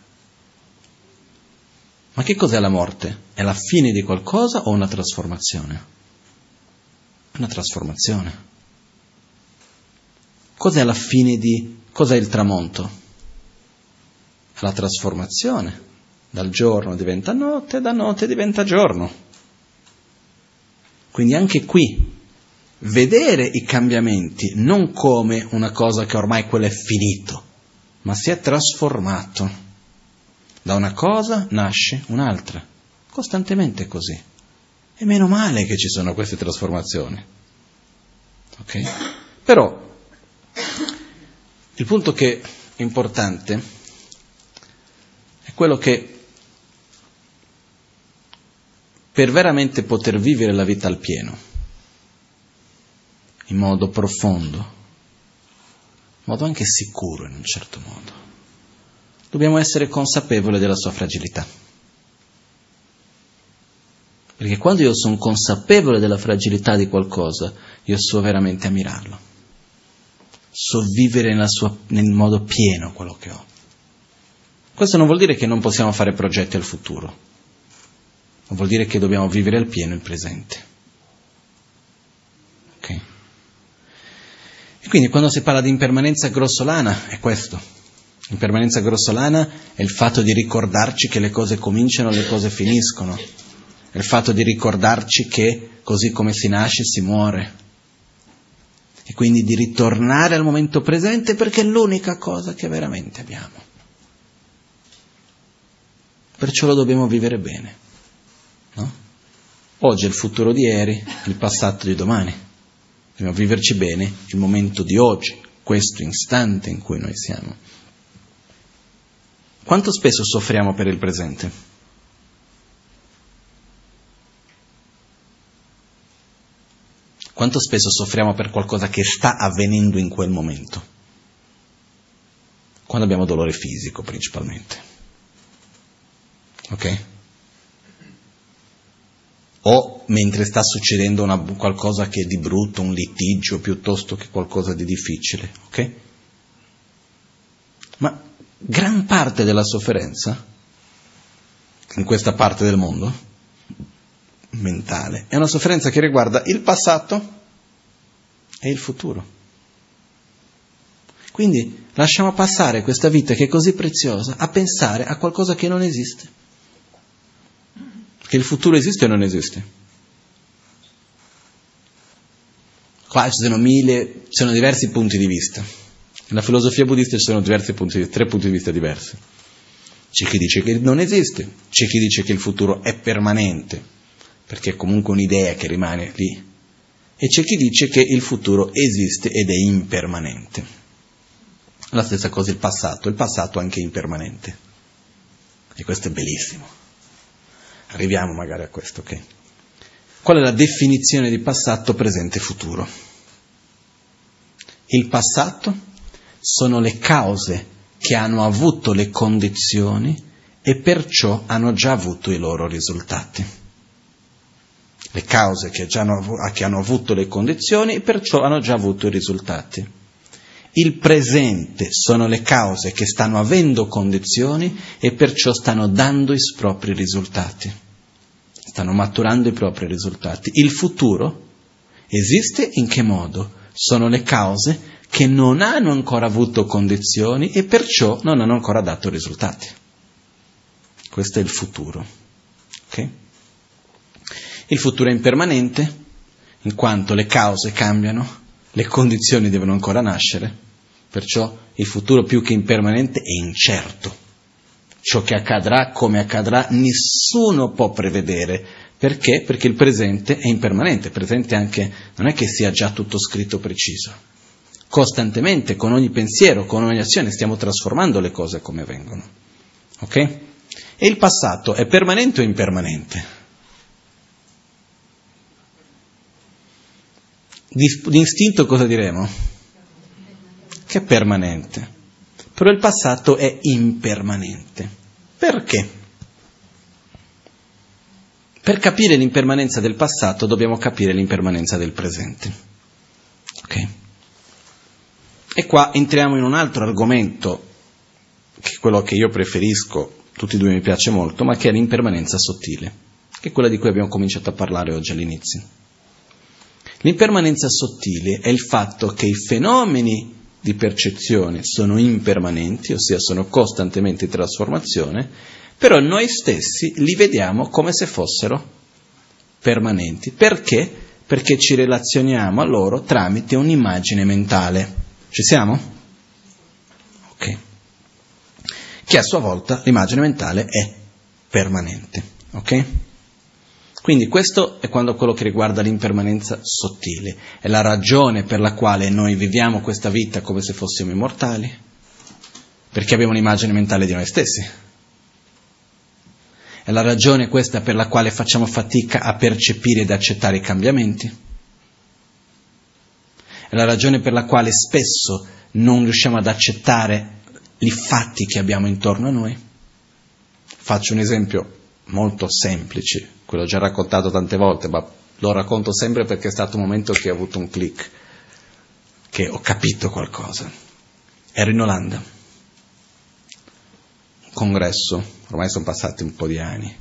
Ma che cos'è la morte? È la fine di qualcosa o una trasformazione? Una trasformazione. Cos'è la fine cos'è il tramonto? È la trasformazione. Dal giorno diventa notte, da notte diventa giorno. Quindi anche qui, vedere i cambiamenti non come una cosa che ormai quello è finito, ma si è trasformato. Da una cosa nasce un'altra, costantemente così. E meno male che ci sono queste trasformazioni. Ok? Però, il punto che è importante è quello che per veramente poter vivere la vita al pieno, in modo profondo, in modo anche sicuro in un certo modo, dobbiamo essere consapevoli della sua fragilità. Perché quando io sono consapevole della fragilità di qualcosa, io so veramente ammirarlo. So vivere nel modo pieno quello che ho. Questo non vuol dire che non possiamo fare progetti al futuro. Vuol dire che dobbiamo vivere al pieno il presente. Ok? E quindi quando si parla di impermanenza grossolana è questo. L'impermanenza grossolana è il fatto di ricordarci che le cose cominciano e le cose finiscono. È il fatto di ricordarci che così come si nasce si muore. E quindi di ritornare al momento presente perché è l'unica cosa che veramente abbiamo. Perciò lo dobbiamo vivere bene. No? Oggi è il futuro di ieri, il passato di domani. Dobbiamo viverci bene il momento di oggi, questo istante in cui noi siamo. Quanto spesso soffriamo per il presente? Quanto spesso soffriamo per qualcosa che sta avvenendo in quel momento? Quando abbiamo dolore fisico principalmente. Ok? O mentre sta succedendo qualcosa che è di brutto, un litigio, piuttosto che qualcosa di difficile, ok? Ma gran parte della sofferenza, in questa parte del mondo, mentale, è una sofferenza che riguarda il passato e il futuro. Quindi lasciamo passare questa vita che è così preziosa a pensare a qualcosa che non esiste. Che il futuro esiste o non esiste? Qua ci sono diversi punti di vista. Nella filosofia buddista ci sono diversi punti di vista, 3 punti di vista diversi. C'è chi dice che non esiste, c'è chi dice che il futuro è permanente, perché è comunque un'idea che rimane lì, e c'è chi dice che il futuro esiste ed è impermanente. La stessa cosa il passato anche è impermanente. E questo è bellissimo. Arriviamo magari a questo, ok? Qual è la definizione di passato, presente e futuro? il passato sono le cause che hanno avuto le condizioni e perciò hanno già avuto i loro risultati. Le cause che hanno avuto le condizioni e perciò hanno già avuto i risultati. Il presente sono le cause che stanno avendo condizioni e perciò stanno dando i propri risultati. Stanno maturando i propri risultati. Il futuro esiste in che modo? Sono le cause che non hanno ancora avuto condizioni e perciò non hanno ancora dato risultati. Questo è il futuro. Ok? Il futuro è impermanente, in quanto le cause cambiano, le condizioni devono ancora nascere, perciò il futuro più che impermanente è incerto. Ciò che accadrà, come accadrà, nessuno può prevedere. Perché? Perché il presente è impermanente. Il presente anche non è che sia già tutto scritto preciso. Costantemente, con ogni pensiero, con ogni azione, stiamo trasformando le cose come vengono. Ok? E il passato è permanente o impermanente? Di istinto cosa diremo? Che è permanente. Però il passato è impermanente. Perché? Per capire l'impermanenza del passato dobbiamo capire l'impermanenza del presente. Ok? E qua entriamo in un altro argomento, che è quello che io preferisco, tutti e due mi piace molto, ma che è l'impermanenza sottile, che è quella di cui abbiamo cominciato a parlare oggi all'inizio. L'impermanenza sottile è il fatto che i fenomeni di percezione sono impermanenti, ossia sono costantemente in trasformazione, però noi stessi li vediamo come se fossero permanenti. Perché? Perché ci relazioniamo a loro tramite un'immagine mentale. Ci siamo? Ok. Che a sua volta l'immagine mentale è permanente. Ok? Quindi questo è quello che riguarda l'impermanenza sottile. È la ragione per la quale noi viviamo questa vita come se fossimo immortali, perché abbiamo un'immagine mentale di noi stessi. È la ragione questa per la quale facciamo fatica a percepire ed accettare i cambiamenti. È la ragione per la quale spesso non riusciamo ad accettare i fatti che abbiamo intorno a noi. Faccio un esempio molto semplice, quello ho già raccontato tante volte, ma lo racconto sempre perché è stato un momento che ho avuto un click, che ho capito qualcosa. Ero in Olanda, un congresso, ormai sono passati un po' di anni,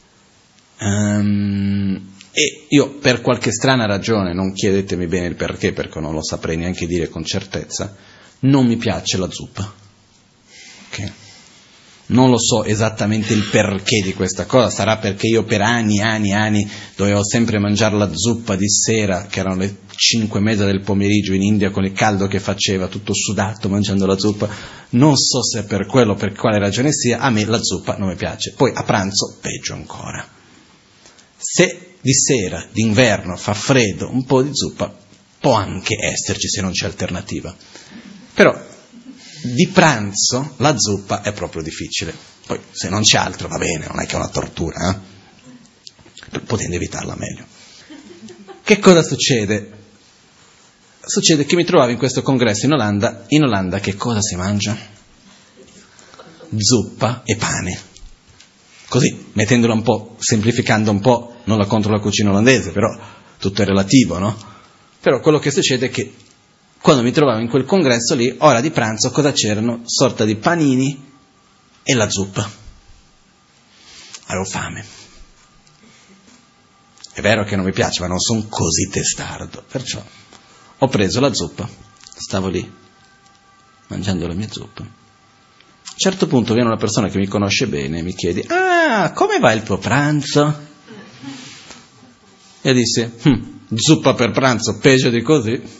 e io per qualche strana ragione, non chiedetemi bene il perché non lo saprei neanche dire con certezza, non mi piace la zuppa. Ok? Non lo so esattamente il perché di questa cosa, sarà perché io per anni dovevo sempre mangiare la zuppa di sera, che erano le 5:30 del pomeriggio in India con il caldo che faceva, tutto sudato mangiando la zuppa. Non so se per quello o per quale ragione sia, a me la zuppa non mi piace. Poi a pranzo peggio ancora. Se di sera, d'inverno, fa freddo, un po' di zuppa può anche esserci se non c'è alternativa. Però di pranzo la zuppa è proprio difficile. Poi se non c'è altro va bene, non è che è una tortura, potendo evitarla meglio. Che cosa succede? Succede che mi trovavo in questo congresso in Olanda. In Olanda che cosa si mangia? Zuppa e pane. Così, mettendola un po', semplificando un po', non la contro la cucina olandese, però tutto è relativo, no? Però quello che succede è che quando mi trovavo in quel congresso lì, ora di pranzo, cosa c'erano? Sorta di panini e la zuppa. Avevo fame. È vero che non mi piace, ma non sono così testardo. Perciò ho preso la zuppa, stavo lì, mangiando la mia zuppa. A un certo punto viene una persona che mi conosce bene e mi chiede: ah, come va il tuo pranzo? E disse: zuppa per pranzo, peggio di così.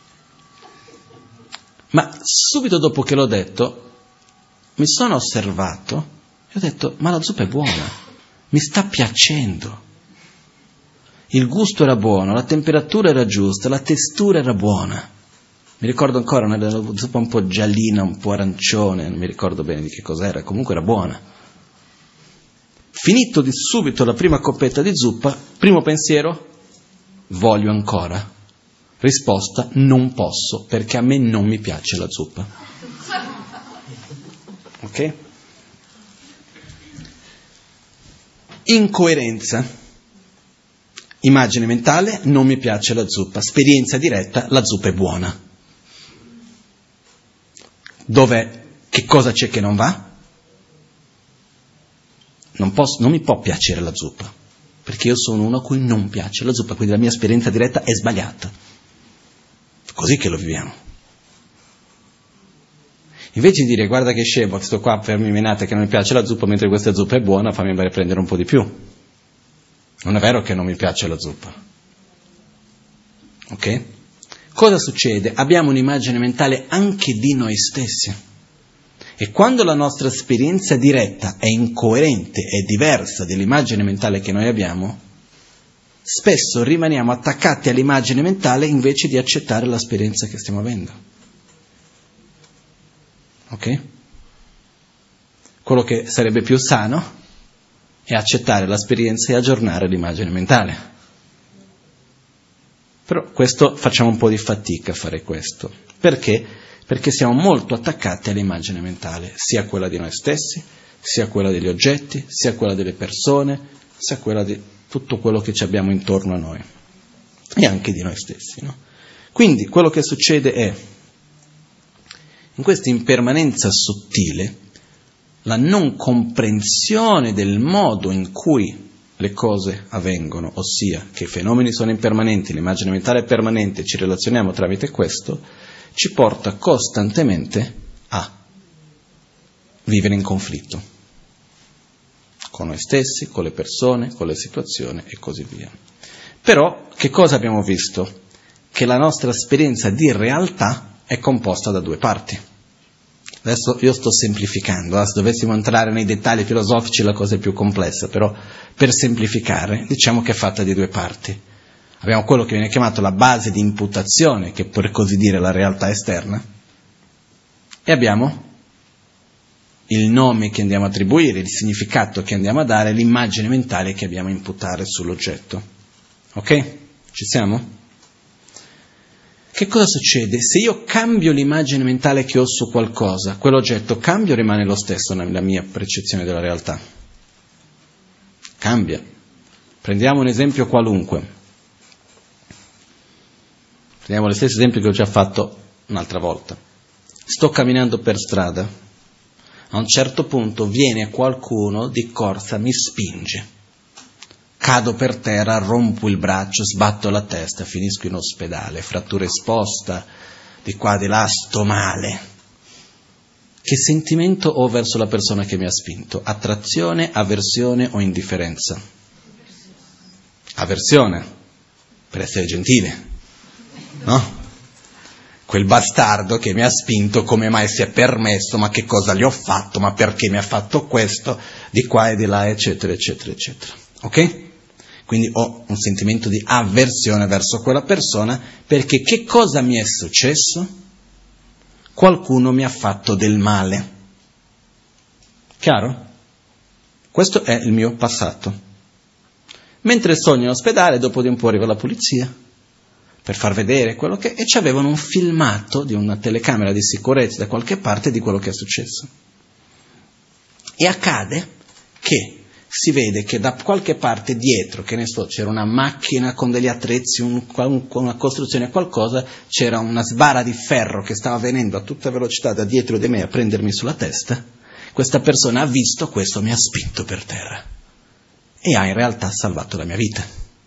Ma subito dopo che l'ho detto, mi sono osservato e ho detto: ma la zuppa è buona, mi sta piacendo. Il gusto era buono, la temperatura era giusta, la testura era buona. Mi ricordo ancora una zuppa un po' giallina, un po' arancione, non mi ricordo bene di che cos'era, comunque era buona. Finito di subito la prima coppetta di zuppa, primo pensiero: voglio ancora. Risposta: non posso, perché a me non mi piace la zuppa. Ok? Incoerenza. Immagine mentale: non mi piace la zuppa. Esperienza diretta: la zuppa è buona. Dov'è? Che cosa c'è che non va? Non mi può piacere la zuppa, perché io sono uno a cui non piace la zuppa, quindi la mia esperienza diretta è sbagliata. Così che lo viviamo. Invece di dire: guarda che scemo, sto qua per menate che non mi piace la zuppa, mentre questa zuppa è buona, fammi andare a prendere un po' di più. Non è vero che non mi piace la zuppa. Ok? Cosa succede? Abbiamo un'immagine mentale anche di noi stessi. E quando la nostra esperienza diretta è incoerente, è diversa dell'immagine mentale che noi abbiamo, spesso rimaniamo attaccati all'immagine mentale invece di accettare l'esperienza che stiamo avendo. Ok? Quello che sarebbe più sano è accettare l'esperienza e aggiornare l'immagine mentale. Però questo facciamo un po' di fatica a fare questo. Perché? Perché siamo molto attaccati all'immagine mentale, sia quella di noi stessi, sia quella degli oggetti, sia quella delle persone, sia quella di tutto quello che ci abbiamo intorno a noi, e anche di noi stessi, no? Quindi quello che succede è, in questa impermanenza sottile, la non comprensione del modo in cui le cose avvengono, ossia che i fenomeni sono impermanenti, l'immagine mentale è permanente, ci relazioniamo tramite questo, ci porta costantemente a vivere in conflitto con noi stessi, con le persone, con le situazioni e così via. Però che cosa abbiamo visto? Che la nostra esperienza di realtà è composta da due parti. Adesso io sto semplificando, se dovessimo entrare nei dettagli filosofici la cosa è più complessa, però per semplificare diciamo che è fatta di due parti. Abbiamo quello che viene chiamato la base di imputazione, che per così dire è la realtà esterna, e abbiamo il nome che andiamo a attribuire, il significato che andiamo a dare, l'immagine mentale che abbiamo a imputare sull'oggetto. Ok? Ci siamo? Che cosa succede? Se io cambio l'immagine mentale che ho su qualcosa, quell'oggetto cambia o rimane lo stesso nella mia percezione della realtà? Cambia. Prendiamo un esempio qualunque. Prendiamo lo stesso esempio che ho già fatto un'altra volta. Sto camminando per strada, a un certo punto viene qualcuno di corsa, mi spinge, cado per terra, rompo il braccio, sbatto la testa, finisco in ospedale, frattura esposta, di qua di là, sto male. Che sentimento ho verso la persona che mi ha spinto? Attrazione, avversione o indifferenza? Avversione, per essere gentile. No? Quel bastardo che mi ha spinto, come mai si è permesso, ma che cosa gli ho fatto, ma perché mi ha fatto questo, di qua e di là, eccetera, eccetera, eccetera. Ok? Quindi ho un sentimento di avversione verso quella persona, perché che cosa mi è successo? Qualcuno mi ha fatto del male. Chiaro? Questo è il mio passato. Mentre sogno in ospedale, dopo di un po' arriva la polizia, per far vedere quello che... e ci avevano un filmato di una telecamera di sicurezza da qualche parte di quello che è successo. E accade che si vede che da qualche parte dietro, che ne so, c'era una macchina con degli attrezzi, una costruzione, qualcosa, c'era una sbarra di ferro che stava venendo a tutta velocità da dietro di me a prendermi sulla testa. Questa persona ha visto questo, mi ha spinto per terra e ha in realtà salvato la mia vita.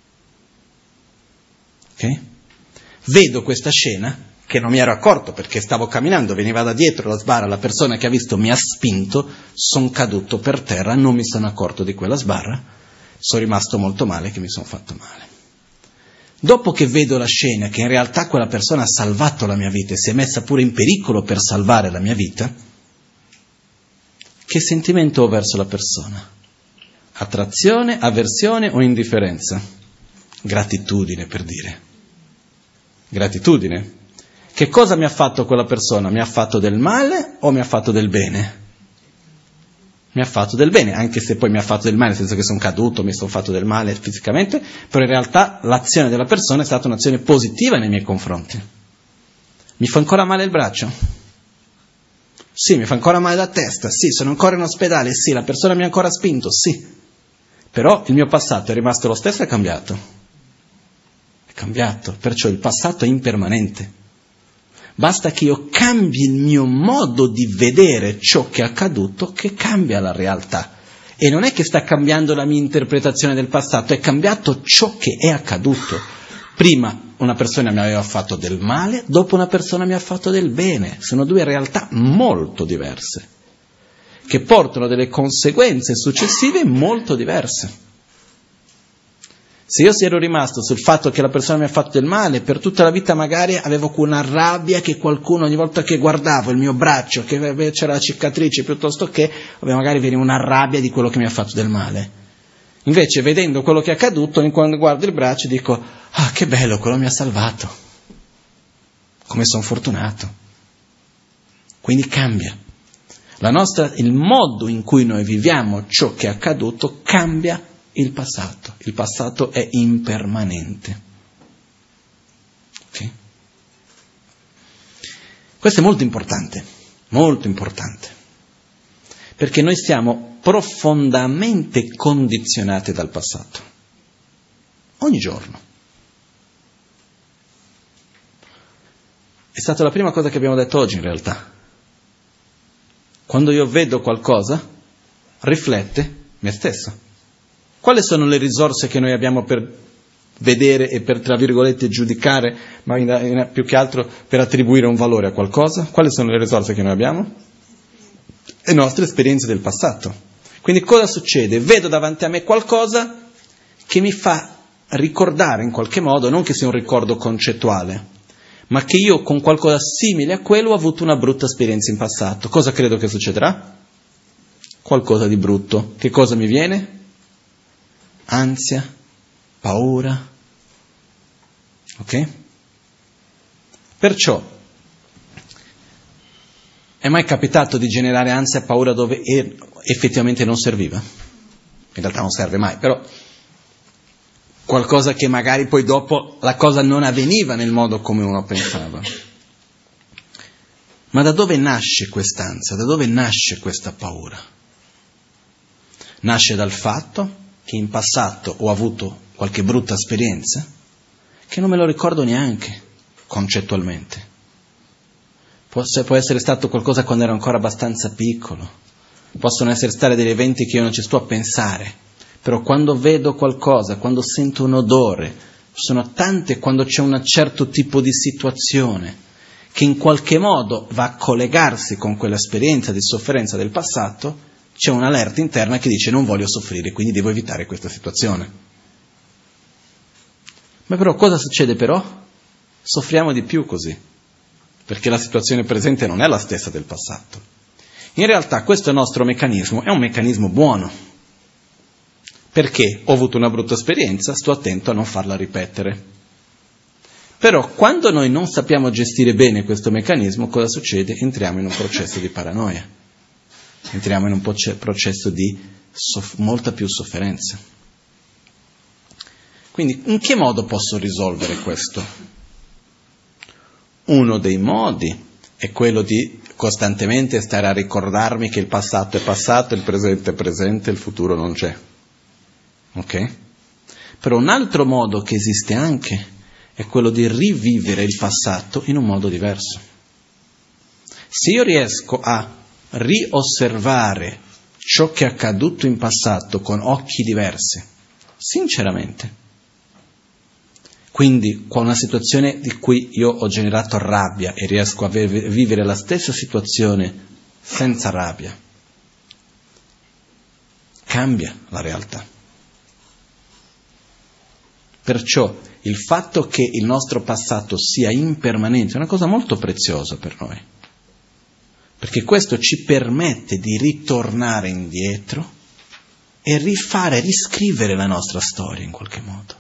Ok? Vedo questa scena, che non mi ero accorto perché stavo camminando, veniva da dietro la sbarra, la persona che ha visto mi ha spinto, sono caduto per terra, non mi sono accorto di quella sbarra, sono rimasto molto male, che mi sono fatto male. Dopo che vedo la scena, che in realtà quella persona ha salvato la mia vita e si è messa pure in pericolo per salvare la mia vita, che sentimento ho verso la persona? Attrazione, avversione o indifferenza? Gratitudine, per dire. Gratitudine. Che cosa mi ha fatto quella persona? Mi ha fatto del male o mi ha fatto del bene? mi ha fatto del bene, anche se poi mi ha fatto del male, nel senso che sono caduto, mi sono fatto del male fisicamente, però in realtà l'azione della persona è stata un'azione positiva nei miei confronti. Mi fa ancora male il braccio? Sì. Mi fa ancora male la testa? Sì. Sono ancora in ospedale? Sì. La persona mi ha ancora spinto? Sì. Però il mio passato è rimasto lo stesso e è cambiato. È cambiato, perciò il passato è impermanente. Basta che io cambi il mio modo di vedere ciò che è accaduto, che cambia la realtà. E non è che sta cambiando la mia interpretazione del passato, è cambiato ciò che è accaduto. Prima una persona mi aveva fatto del male, dopo una persona mi ha fatto del bene. Sono due realtà molto diverse, che portano delle conseguenze successive molto diverse. Se io ero rimasto sul fatto che la persona mi ha fatto del male, per tutta la vita magari avevo una rabbia che qualcuno, ogni volta che guardavo il mio braccio, che c'era la cicatrice, piuttosto che magari veniva una rabbia di quello che mi ha fatto del male. Invece, vedendo quello che è accaduto, quando guardo il braccio dico, ah, che bello, quello mi ha salvato. Come sono fortunato. Quindi cambia. Il modo in cui noi viviamo ciò che è accaduto cambia il passato. Il passato è impermanente. Okay? Questo è molto importante, perché noi siamo profondamente condizionati dal passato, ogni giorno. È stata la prima cosa che abbiamo detto oggi in realtà. Quando io vedo qualcosa, riflette me stesso. Quali sono le risorse che noi abbiamo per vedere e per, tra virgolette, giudicare, ma più che altro per attribuire un valore a qualcosa? Quali sono le risorse che noi abbiamo? Le nostre esperienze del passato. Quindi cosa succede? Vedo davanti a me qualcosa che mi fa ricordare in qualche modo, non che sia un ricordo concettuale, ma che io con qualcosa simile a quello ho avuto una brutta esperienza in passato. Cosa credo che succederà? Qualcosa di brutto. Che cosa mi viene? Ansia, paura. Ok? Perciò, è mai capitato di generare ansia e paura dove effettivamente non serviva? In realtà non serve mai, però qualcosa che magari poi dopo la cosa non avveniva nel modo come uno pensava. Ma da dove nasce quest'ansia? Da dove nasce questa paura? Nasce dal fatto che in passato ho avuto qualche brutta esperienza che non me lo ricordo neanche concettualmente. Può essere stato qualcosa quando ero ancora abbastanza piccolo, possono essere stati degli eventi che io non ci sto a pensare, però quando vedo qualcosa, quando sento un odore, sono tante, quando c'è un certo tipo di situazione che in qualche modo va a collegarsi con quell'esperienza di sofferenza del passato, c'è un'allerta interna che dice non voglio soffrire, quindi devo evitare questa situazione. Ma però cosa succede però? Soffriamo di più così, perché la situazione presente non è la stessa del passato. In realtà questo nostro meccanismo è un meccanismo buono, perché ho avuto una brutta esperienza, sto attento a non farla ripetere. Però quando noi non sappiamo gestire bene questo meccanismo, cosa succede? Entriamo in un processo di paranoia. Entriamo in un processo di molta più sofferenza. Quindi, in che modo posso risolvere questo? Uno dei modi è quello di costantemente stare a ricordarmi che il passato è passato, il presente è presente, il futuro non c'è. Ok? Però un altro modo che esiste anche è quello di rivivere il passato in un modo diverso. Se io riesco a riosservare ciò che è accaduto in passato con occhi diversi, sinceramente, quindi con una situazione di cui io ho generato rabbia e riesco a vivere la stessa situazione senza rabbia, cambia la realtà. Perciò il fatto che il nostro passato sia impermanente è una cosa molto preziosa per noi, perché questo ci permette di ritornare indietro e riscrivere la nostra storia in qualche modo.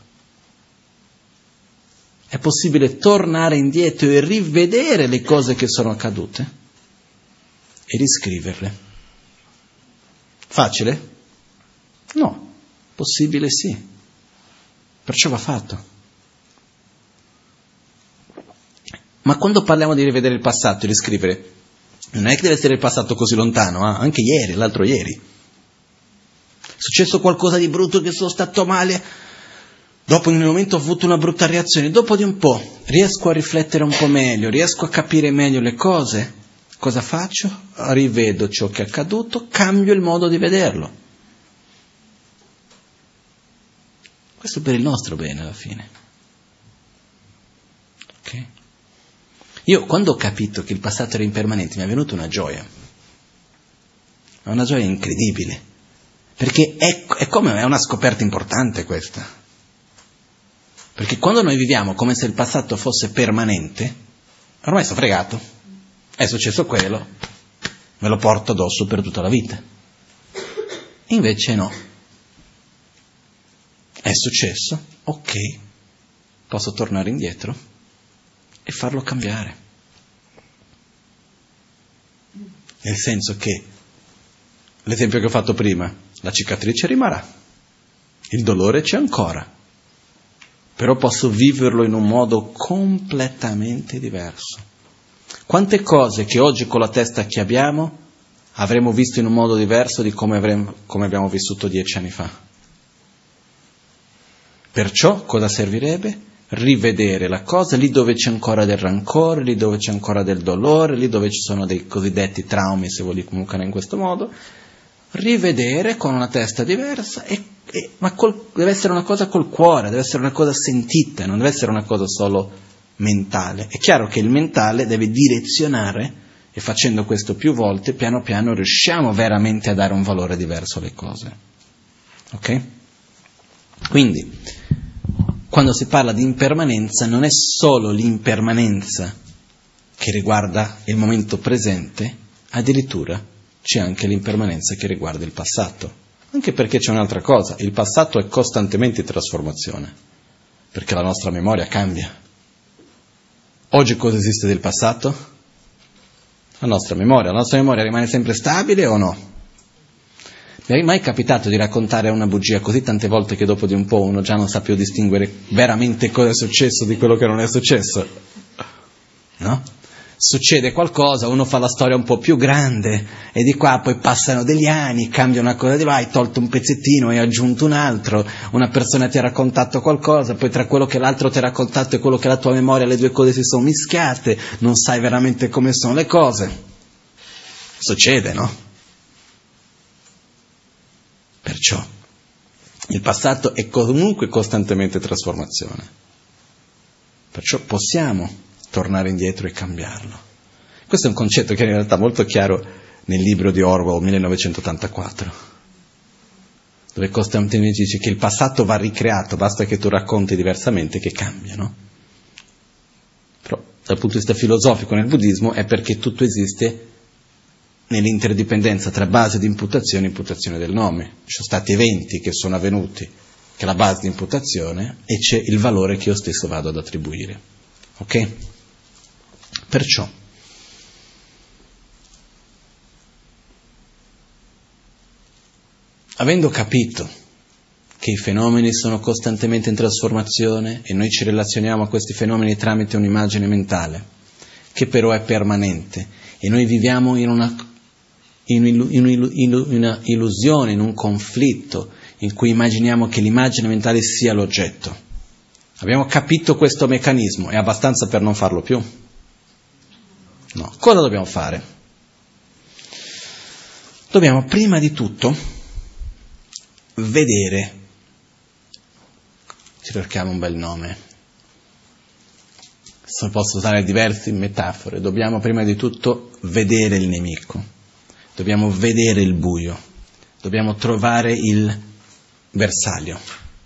È possibile tornare indietro e rivedere le cose che sono accadute e riscriverle. Facile? No. Possibile sì. Perciò va fatto. Ma quando parliamo di rivedere il passato e riscrivere, non è che deve essere il passato così lontano, anche ieri, l'altro ieri. È successo qualcosa di brutto, che sono stato male, dopo in un momento ho avuto una brutta reazione, dopo di un po' riesco a riflettere un po' meglio, riesco a capire meglio le cose, cosa faccio? Rivedo ciò che è accaduto, cambio il modo di vederlo. Questo per il nostro bene alla fine. Ok? Io quando ho capito che il passato era impermanente mi è venuta una gioia incredibile, perché è una scoperta importante questa, perché quando noi viviamo come se il passato fosse permanente, ormai sto fregato, è successo quello, me lo porto addosso per tutta la vita. Invece no, è successo, ok, posso tornare indietro e farlo cambiare. Nel senso che, l'esempio che ho fatto prima, la cicatrice rimarrà, il dolore c'è ancora, però posso viverlo in un modo completamente diverso. Quante cose che oggi con la testa che abbiamo avremmo visto in un modo diverso di come abbiamo vissuto 10 anni fa. Perciò cosa servirebbe? Rivedere la cosa lì dove c'è ancora del rancore, lì dove c'è ancora del dolore, lì dove ci sono dei cosiddetti traumi, se vogliamo comunicare in questo modo, rivedere con una testa diversa, deve essere una cosa col cuore, deve essere una cosa sentita, non deve essere una cosa solo mentale. È chiaro che il mentale deve direzionare, e facendo questo più volte, piano piano riusciamo veramente a dare un valore diverso alle cose. Ok? Quindi, quando si parla di impermanenza, non è solo l'impermanenza che riguarda il momento presente, addirittura c'è anche l'impermanenza che riguarda il passato. Anche perché c'è un'altra cosa, il passato è costantemente in trasformazione, perché la nostra memoria cambia. Oggi cosa esiste del passato? La nostra memoria rimane sempre stabile o no? Mi è mai capitato di raccontare una bugia così tante volte che dopo di un po' uno già non sa più distinguere veramente cosa è successo di quello che non è successo? No? Succede qualcosa, uno fa la storia un po' più grande e di qua poi passano degli anni, cambia una cosa di là, hai tolto un pezzettino, hai aggiunto un altro, una persona ti ha raccontato qualcosa, poi tra quello che l'altro ti ha raccontato e quello che è la tua memoria le due cose si sono mischiate, non sai veramente come sono le cose. Succede, no? Perciò il passato è comunque costantemente trasformazione. Perciò possiamo tornare indietro e cambiarlo. Questo è un concetto che è in realtà molto chiaro nel libro di Orwell, 1984, dove costantemente dice che il passato va ricreato, basta che tu racconti diversamente che cambia, no? Però dal punto di vista filosofico nel buddismo è perché tutto esiste nell'interdipendenza tra base di imputazione e imputazione del nome. Ci sono stati eventi che sono avvenuti, che è la base di imputazione, e c'è il valore che io stesso vado ad attribuire. Ok? Perciò, avendo capito che i fenomeni sono costantemente in trasformazione e noi ci relazioniamo a questi fenomeni tramite un'immagine mentale, che però è permanente, e noi viviamo in una illusione, in un conflitto in cui immaginiamo che l'immagine mentale sia l'oggetto. Abbiamo capito questo meccanismo, è abbastanza per non farlo più? No. Cosa dobbiamo fare? Dobbiamo prima di tutto vedere, cerchiamo un bel nome, se posso usare diverse metafore, dobbiamo prima di tutto vedere il nemico. Dobbiamo vedere il buio, dobbiamo trovare il bersaglio.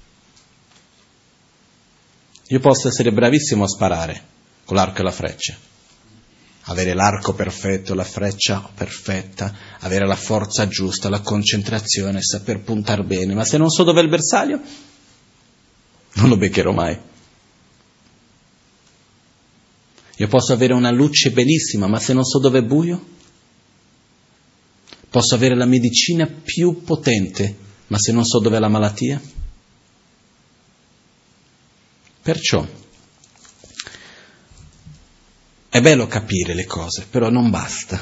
Io posso essere bravissimo a sparare con l'arco e la freccia, avere l'arco perfetto, la freccia perfetta, avere la forza giusta, la concentrazione, saper puntare bene, ma se non so dov'è il bersaglio, non lo beccherò mai. Io posso avere una luce bellissima, ma se non so dove è buio, Posso avere la medicina più potente, ma se non so dov'è la malattia? Perciò è bello capire le cose, però non basta.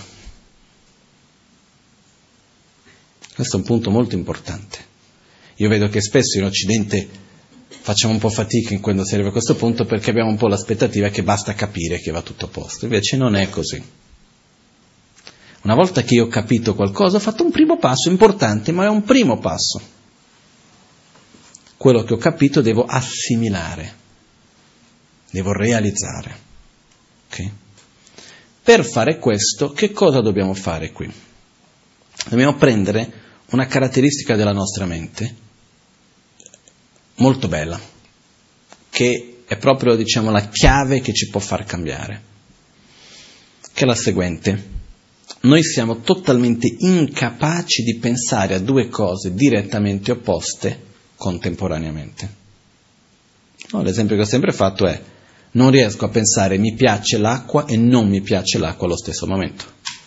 Questo è un punto molto importante. Io vedo che spesso in Occidente facciamo un po' fatica in quando si arriva a questo punto perché abbiamo un po' l'aspettativa che basta capire che va tutto a posto. Invece non è così. Una volta che io ho capito qualcosa, ho fatto un primo passo importante, ma è un primo passo. Quello che ho capito devo assimilare, devo realizzare. Okay? Per fare questo, che cosa dobbiamo fare qui? Dobbiamo prendere una caratteristica della nostra mente molto bella, che è proprio, diciamo, la chiave che ci può far cambiare, che è la seguente. Noi siamo totalmente incapaci di pensare a due cose direttamente opposte contemporaneamente. No, l'esempio che ho sempre fatto è: non riesco a pensare mi piace l'acqua e non mi piace l'acqua allo stesso momento.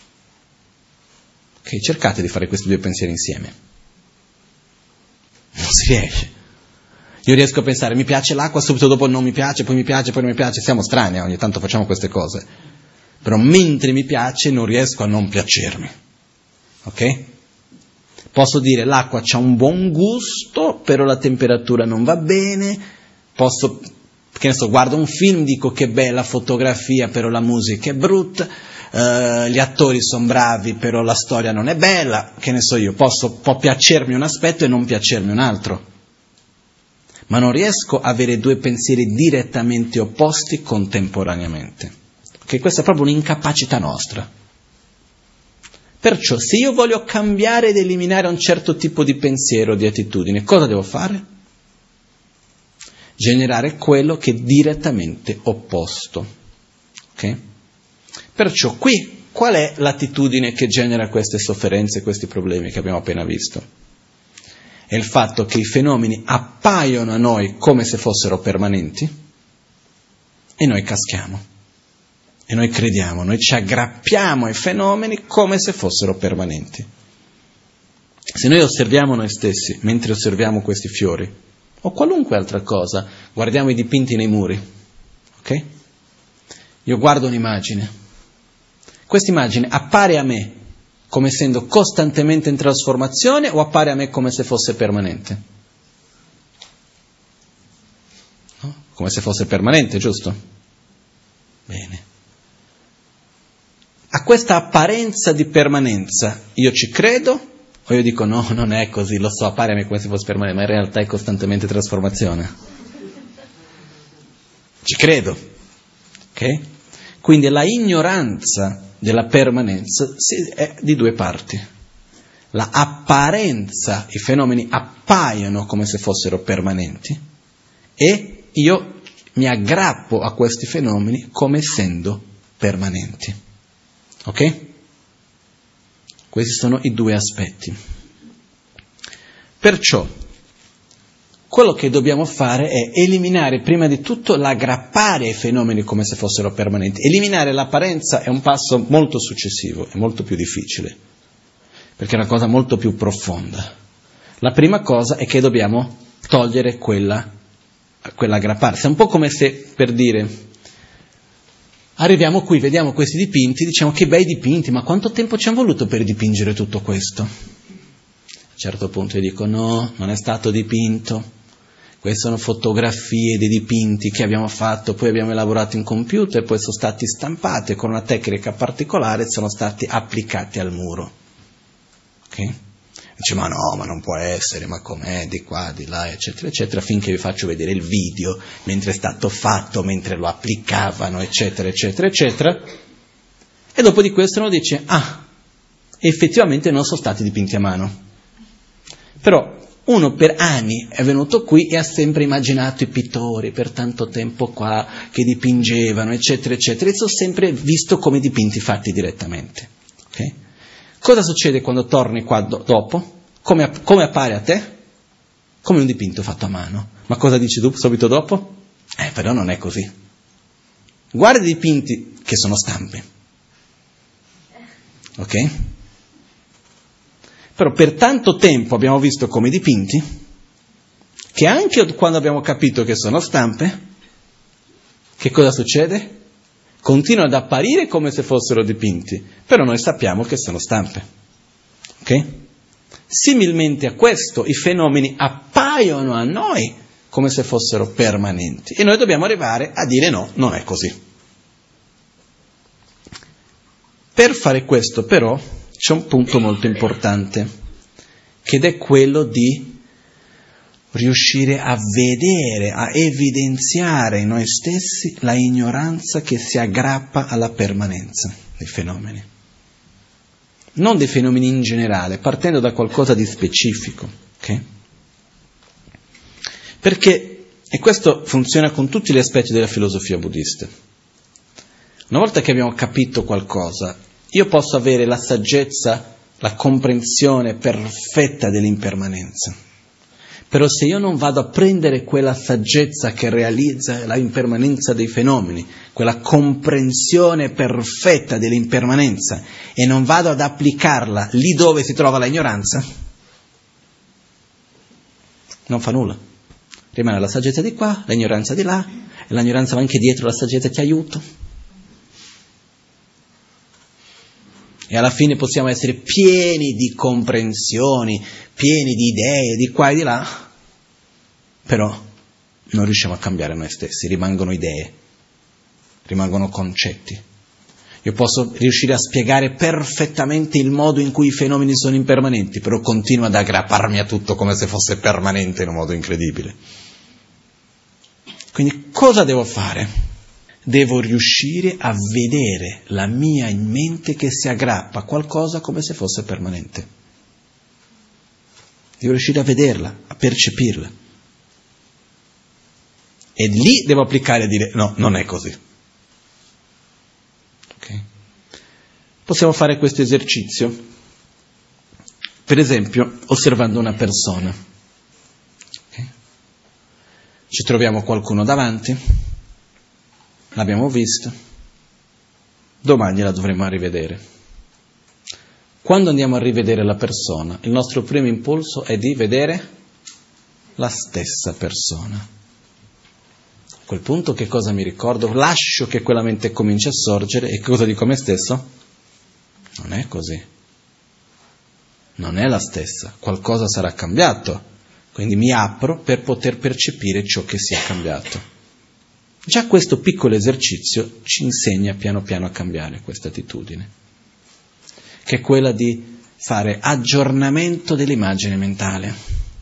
Ok, cercate di fare questi due pensieri insieme. Non si riesce. Io riesco a pensare mi piace l'acqua, subito dopo non mi piace, poi non mi piace. Siamo strani, ogni tanto facciamo queste cose. Però mentre mi piace non riesco a non piacermi. Ok? Posso dire l'acqua c'ha un buon gusto, però la temperatura non va bene. Posso, che ne so, guardo un film, dico che bella fotografia, però la musica è brutta. Gli attori sono bravi, però la storia non è bella. Che ne so io, può piacermi un aspetto e non piacermi un altro. Ma non riesco a avere due pensieri direttamente opposti contemporaneamente. Che questa è proprio un'incapacità nostra. Perciò, se io voglio cambiare ed eliminare un certo tipo di pensiero, di attitudine, cosa devo fare? Generare quello che è direttamente opposto. Ok? Perciò, qui, qual è l'attitudine che genera queste sofferenze, questi problemi che abbiamo appena visto? È il fatto che i fenomeni appaiono a noi come se fossero permanenti e noi caschiamo. E noi crediamo, noi ci aggrappiamo ai fenomeni come se fossero permanenti. Se noi osserviamo noi stessi, mentre osserviamo questi fiori, o qualunque altra cosa, guardiamo i dipinti nei muri, ok? Io guardo un'immagine. Questa immagine appare a me come essendo costantemente in trasformazione o appare a me come se fosse permanente? No? Come se fosse permanente, giusto? Bene. A questa apparenza di permanenza io ci credo o io dico no, non è così, lo so, appare a me come se fosse permanente, ma in realtà è costantemente trasformazione. Ci credo. Ok? Quindi la ignoranza della permanenza è di due parti. La apparenza, i fenomeni appaiono come se fossero permanenti e io mi aggrappo a questi fenomeni come essendo permanenti. Ok? Questi sono i due aspetti. Perciò, quello che dobbiamo fare è eliminare prima di tutto l'aggrappare ai fenomeni come se fossero permanenti. Eliminare l'apparenza è un passo molto successivo, è molto più difficile, perché è una cosa molto più profonda. La prima cosa è che dobbiamo togliere quell'aggrapparsi. È un po' come se, per dire, arriviamo qui, vediamo questi dipinti, diciamo che bei dipinti, ma quanto tempo ci hanno voluto per dipingere tutto questo? A un certo punto io dico no, non è stato dipinto, queste sono fotografie dei dipinti che abbiamo fatto, poi abbiamo elaborato in computer, poi sono stati stampati con una tecnica particolare e sono stati applicati al muro. Ok? Dice ma no, ma non può essere, ma com'è, di qua, di là, eccetera, eccetera, finché vi faccio vedere il video, mentre è stato fatto, mentre lo applicavano, eccetera, eccetera, eccetera. E dopo di questo uno dice, effettivamente non sono stati dipinti a mano. Però uno per anni è venuto qui e ha sempre immaginato i pittori per tanto tempo qua, che dipingevano, eccetera, eccetera, e sono sempre visto come dipinti fatti direttamente. Ok? Cosa succede quando torni qua dopo? Come appare a te? Come un dipinto fatto a mano. Ma cosa dici tu subito dopo? Però non è così. Guarda i dipinti che sono stampe. Ok? Però per tanto tempo abbiamo visto come dipinti, che anche quando abbiamo capito che sono stampe, che cosa succede? Continuano ad apparire come se fossero dipinti, però noi sappiamo che sono stampe. Ok? Similmente a questo, i fenomeni appaiono a noi come se fossero permanenti e noi dobbiamo arrivare a dire no, non è così. Per fare questo però c'è un punto molto importante, che è quello di riuscire a vedere, a evidenziare in noi stessi la ignoranza che si aggrappa alla permanenza dei fenomeni. Non dei fenomeni in generale, partendo da qualcosa di specifico. Okay? Perché, e questo funziona con tutti gli aspetti della filosofia buddista, una volta che abbiamo capito qualcosa, io posso avere la saggezza, la comprensione perfetta dell'impermanenza. Però se io non vado a prendere quella saggezza che realizza la impermanenza dei fenomeni, quella comprensione perfetta dell'impermanenza, e non vado ad applicarla lì dove si trova la ignoranza, non fa nulla. Rimane la saggezza di qua, l'ignoranza di là, e l'ignoranza va anche dietro la saggezza, ti aiuto. E alla fine possiamo essere pieni di comprensioni, pieni di idee, di qua e di là, però non riusciamo a cambiare noi stessi, rimangono idee, rimangono concetti. Io posso riuscire a spiegare perfettamente il modo in cui i fenomeni sono impermanenti, però continuo ad aggrapparmi a tutto come se fosse permanente in un modo incredibile. Quindi cosa devo fare? Devo riuscire a vedere la mia mente che si aggrappa a qualcosa come se fosse permanente. Devo riuscire a vederla, a percepirla. E lì devo applicare e dire no, non è così. Okay? Possiamo fare questo esercizio, per esempio, osservando una persona. Okay? Ci troviamo qualcuno davanti, l'abbiamo vista, domani la dovremo rivedere. Quando andiamo a rivedere la persona, il nostro primo impulso è di vedere la stessa persona. A quel punto che cosa mi ricordo? Lascio che quella mente cominci a sorgere e cosa dico a me stesso? Non è così. Non è la stessa. Qualcosa sarà cambiato. Quindi mi apro per poter percepire ciò che si è cambiato. Già questo piccolo esercizio ci insegna piano piano a cambiare questa attitudine, che è quella di fare aggiornamento dell'immagine mentale.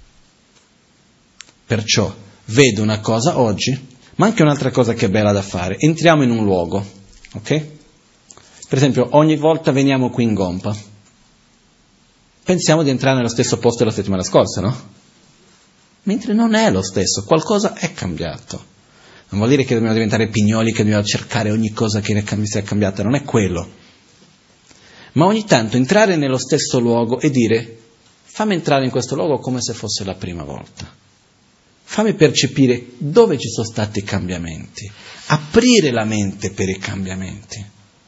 Perciò vedo una cosa oggi, ma anche un'altra cosa che è bella da fare. Entriamo in un luogo, ok? Per esempio, ogni volta veniamo qui in Gompa, pensiamo di entrare nello stesso posto della settimana scorsa, no? Mentre non è lo stesso, qualcosa è cambiato. Non vuol dire che dobbiamo diventare pignoli, che dobbiamo cercare ogni cosa che sia cambiata, non è quello. Ma ogni tanto entrare nello stesso luogo e dire, fammi entrare in questo luogo come se fosse la prima volta. Fammi percepire dove ci sono stati i cambiamenti. Aprire la mente per i cambiamenti.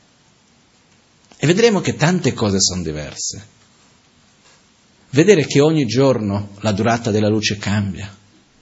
E vedremo che tante cose sono diverse. Vedere che ogni giorno la durata della luce cambia.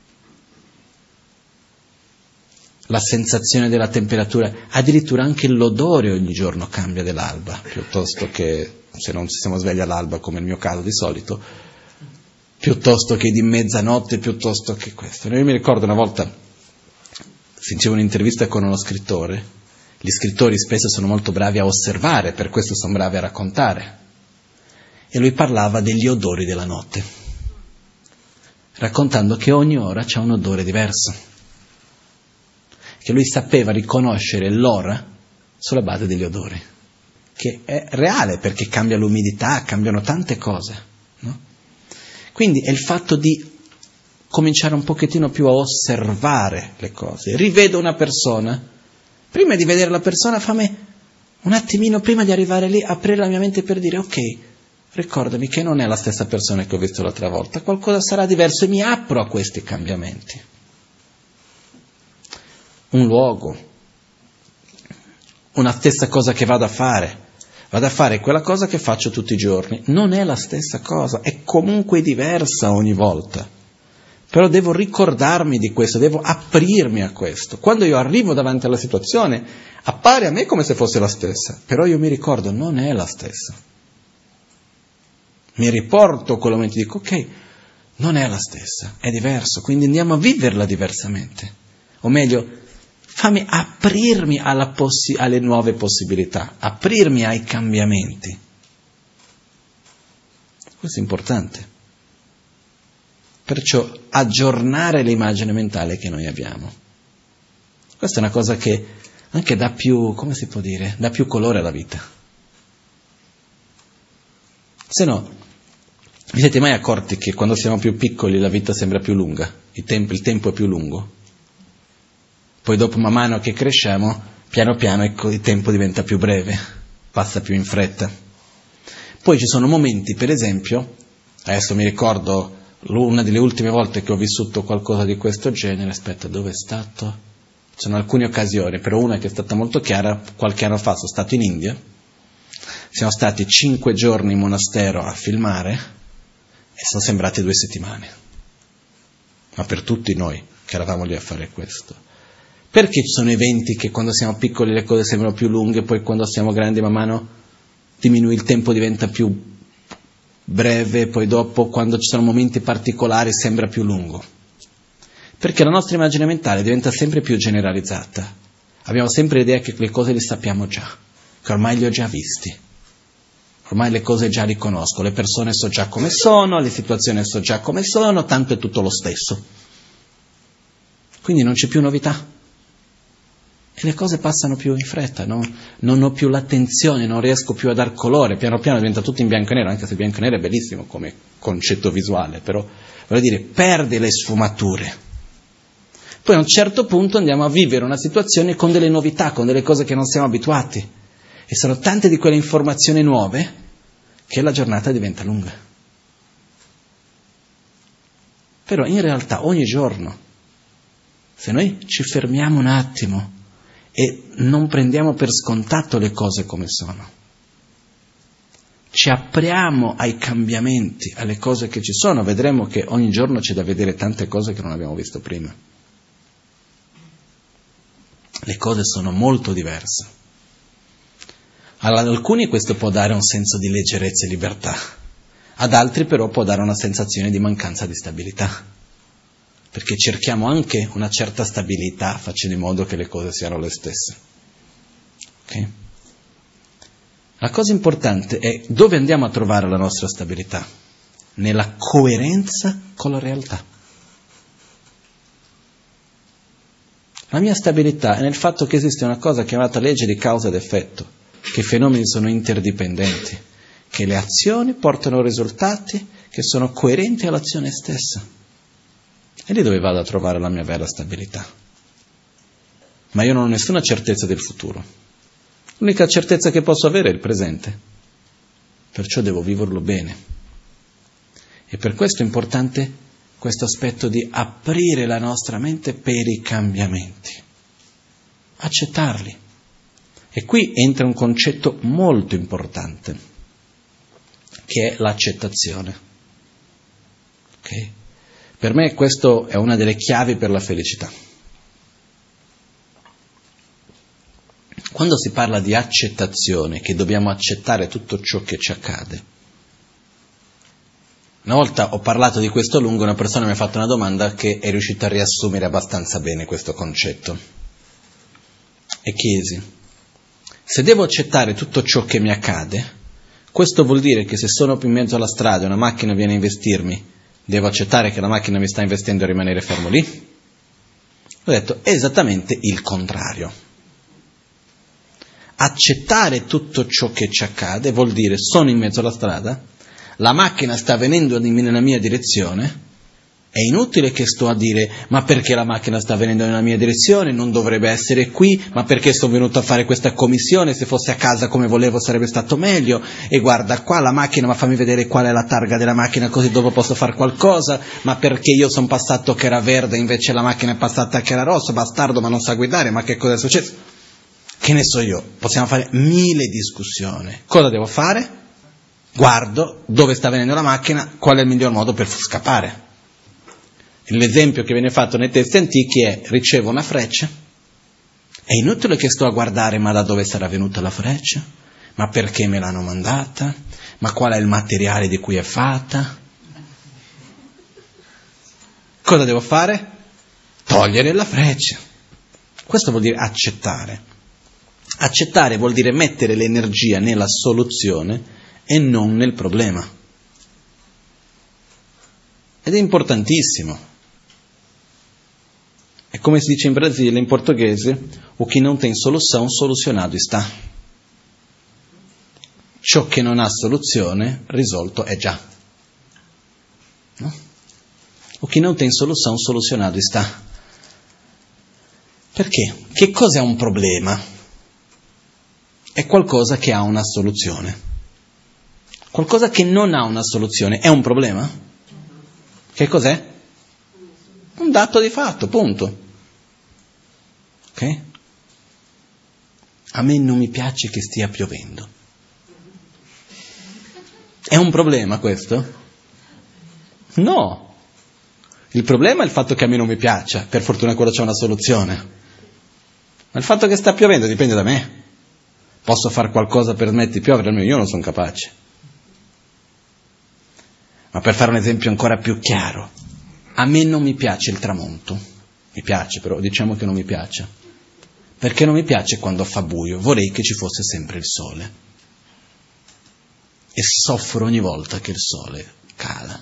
La sensazione della temperatura, addirittura anche l'odore ogni giorno cambia dell'alba, piuttosto che, se non ci siamo svegli all'alba come nel mio caso di solito, piuttosto che di mezzanotte, piuttosto che questo. Io mi ricordo una volta, sentivo un'intervista con uno scrittore, gli scrittori spesso sono molto bravi a osservare, per questo sono bravi a raccontare, e lui parlava degli odori della notte, raccontando che ogni ora c'ha un odore diverso. Che lui sapeva riconoscere l'ora sulla base degli odori, che è reale perché cambia l'umidità, cambiano tante cose, no? Quindi è il fatto di cominciare un pochettino più a osservare le cose. Rivedo una persona, prima di vedere la persona fammi un attimino, prima di arrivare lì, aprire la mia mente per dire ok, ricordami che non è la stessa persona che ho visto l'altra volta, qualcosa sarà diverso e mi apro a questi cambiamenti. Un luogo, una stessa cosa che vado a fare, vado a fare quella cosa che faccio tutti i giorni. Non è la stessa cosa, è comunque diversa ogni volta. Però devo ricordarmi di questo, devo aprirmi a questo. Quando io arrivo davanti alla situazione, appare a me come se fosse la stessa, però io mi ricordo, non è la stessa. Mi riporto quello momento e dico, ok, non è la stessa, è diverso, quindi andiamo a viverla diversamente. O meglio, fammi aprirmi alle nuove possibilità, aprirmi ai cambiamenti. Questo è importante. Perciò aggiornare l'immagine mentale che noi abbiamo. Questa è una cosa che anche dà più, come si può dire, dà più colore alla vita. Se no, vi siete mai accorti che quando siamo più piccoli la vita sembra più lunga? Il tempo è più lungo. Poi dopo, man mano che cresciamo, piano piano il tempo diventa più breve, passa più in fretta. Poi ci sono momenti, per esempio, adesso mi ricordo una delle ultime volte che ho vissuto qualcosa di questo genere, aspetta, dove è stato? Ci sono alcune occasioni, però una che è stata molto chiara, qualche anno fa sono stato in India, siamo stati 5 giorni in monastero a filmare e sono sembrate 2 settimane, ma per tutti noi che eravamo lì a fare questo. Perché ci sono eventi che quando siamo piccoli le cose sembrano più lunghe, poi quando siamo grandi man mano diminui, il tempo diventa più breve, poi dopo quando ci sono momenti particolari sembra più lungo? Perché la nostra immagine mentale diventa sempre più generalizzata. Abbiamo sempre l'idea che le cose le sappiamo già, che ormai le ho già visti, ormai le cose già le conosco, le persone so già come sono, le situazioni so già come sono, tanto è tutto lo stesso. Quindi non c'è più novità. E le cose passano più in fretta, no? Non ho più l'attenzione, non riesco più a dar colore, piano piano diventa tutto in bianco e nero, anche se bianco e nero è bellissimo come concetto visuale, però voglio dire, perde le sfumature. Poi a un certo punto andiamo a vivere una situazione con delle novità, con delle cose che non siamo abituati, e sono tante di quelle informazioni nuove che la giornata diventa lunga. Però in realtà ogni giorno, se noi ci fermiamo un attimo e non prendiamo per scontato le cose come sono, ci apriamo ai cambiamenti, alle cose che ci sono, vedremo che ogni giorno c'è da vedere tante cose che non abbiamo visto prima. Le cose sono molto diverse. Ad alcuni questo può dare un senso di leggerezza e libertà, ad altri però può dare una sensazione di mancanza di stabilità, perché cerchiamo anche una certa stabilità facendo in modo che le cose siano le stesse. Okay? La cosa importante è dove andiamo a trovare la nostra stabilità? Nella coerenza con la realtà. La mia stabilità è nel fatto che esiste una cosa chiamata legge di causa ed effetto, che i fenomeni sono interdipendenti, che le azioni portano risultati che sono coerenti all'azione stessa. È lì dove vado a trovare la mia vera stabilità. Ma io non ho nessuna certezza del futuro. L'unica certezza che posso avere è il presente. Perciò devo viverlo bene. E per questo è importante questo aspetto di aprire la nostra mente per i cambiamenti. Accettarli. E qui entra un concetto molto importante, che è l'accettazione. Ok? Per me questo è una delle chiavi per la felicità. Quando si parla di accettazione, che dobbiamo accettare tutto ciò che ci accade. Una volta ho parlato di questo a lungo, una persona mi ha fatto una domanda che è riuscita a riassumere abbastanza bene questo concetto. E chiesi, se devo accettare tutto ciò che mi accade, questo vuol dire che se sono in mezzo alla strada e una macchina viene a investirmi, devo accettare che la macchina mi sta investendo e rimanere fermo lì? Ho detto, è esattamente il contrario. Accettare tutto ciò che ci accade vuol dire, sono in mezzo alla strada, la macchina sta venendo nella mia direzione, è inutile che sto a dire, ma perché la macchina sta venendo nella mia direzione, non dovrebbe essere qui, ma perché sono venuto a fare questa commissione, se fosse a casa come volevo sarebbe stato meglio, e guarda qua la macchina, ma fammi vedere qual è la targa della macchina così dopo posso fare qualcosa, ma perché io sono passato che era verde invece la macchina è passata che era rossa, bastardo ma non sa guidare, ma che cosa è successo? Che ne so io, possiamo fare 1000 discussioni. Cosa devo fare? Guardo dove sta venendo la macchina, qual è il miglior modo per scappare. L'esempio che viene fatto nei testi antichi è: ricevo una freccia, è inutile che sto a guardare ma da dove sarà venuta la freccia, ma perché me l'hanno mandata, ma qual è il materiale di cui è fatta. Cosa devo fare? Togliere la freccia. Questo vuol dire accettare. Accettare vuol dire mettere l'energia nella soluzione e non nel problema. Ed è importantissimo. È come si dice in Brasile, in portoghese: o che non tem solução, solucionado está. Ciò che non ha soluzione, risolto è già. No? O che non tem solução, solucionado está. Perché? Che cos'è un problema? È qualcosa che ha una soluzione. Qualcosa che non ha una soluzione è un problema? Che cos'è? Un dato di fatto, punto. Ok? A me non mi piace che stia piovendo. È un problema questo? No. Il problema è il fatto che a me non mi piaccia. Per fortuna quello c'è una soluzione. Ma il fatto che sta piovendo dipende da me. Posso fare qualcosa per smettere di piovere? Io non sono capace. Ma per fare un esempio ancora più chiaro, a me non mi piace il tramonto. Mi piace, però diciamo che non mi piace. Perché non mi piace quando fa buio, vorrei che ci fosse sempre il sole. E soffro ogni volta che il sole cala.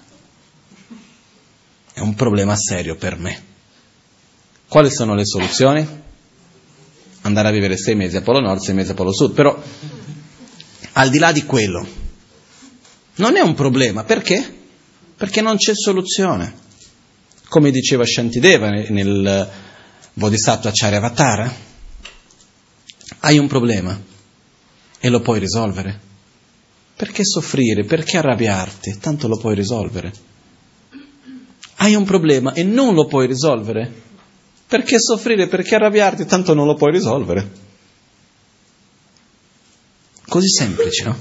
È un problema serio per me. Quali sono le soluzioni? Andare a vivere 6 mesi a Polo Nord, 6 mesi a Polo Sud. Però, al di là di quello, non è un problema. Perché? Perché non c'è soluzione. Come diceva Shantideva nel Bodhisattva Charyavatara, hai un problema e lo puoi risolvere. Perché soffrire? Perché arrabbiarti? Tanto lo puoi risolvere. Hai un problema e non lo puoi risolvere? Perché soffrire? Perché arrabbiarti? Tanto non lo puoi risolvere. Così semplice, no?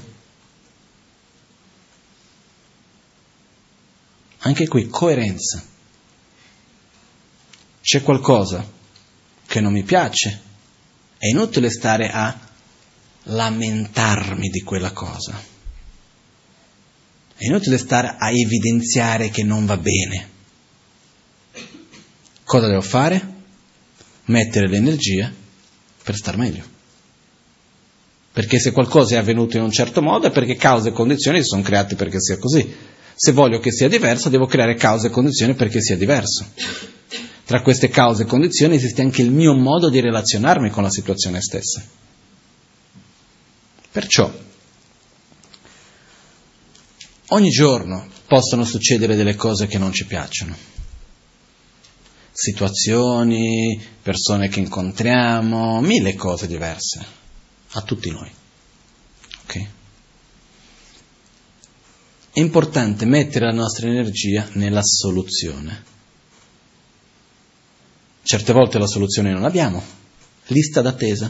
Anche qui, coerenza. C'è qualcosa che non mi piace, è inutile stare a lamentarmi di quella cosa. È inutile stare a evidenziare che non va bene. Cosa devo fare? Mettere l'energia per star meglio. Perché se qualcosa è avvenuto in un certo modo è perché cause e condizioni si sono create perché sia così. Se voglio che sia diverso, devo creare cause e condizioni perché sia diverso. Tra queste cause e condizioni esiste anche il mio modo di relazionarmi con la situazione stessa. Perciò, ogni giorno possono succedere delle cose che non ci piacciono. Situazioni, persone che incontriamo, 1000 cose diverse, a tutti noi. Ok? È importante mettere la nostra energia nella soluzione. Certe volte la soluzione non l'abbiamo, lista d'attesa.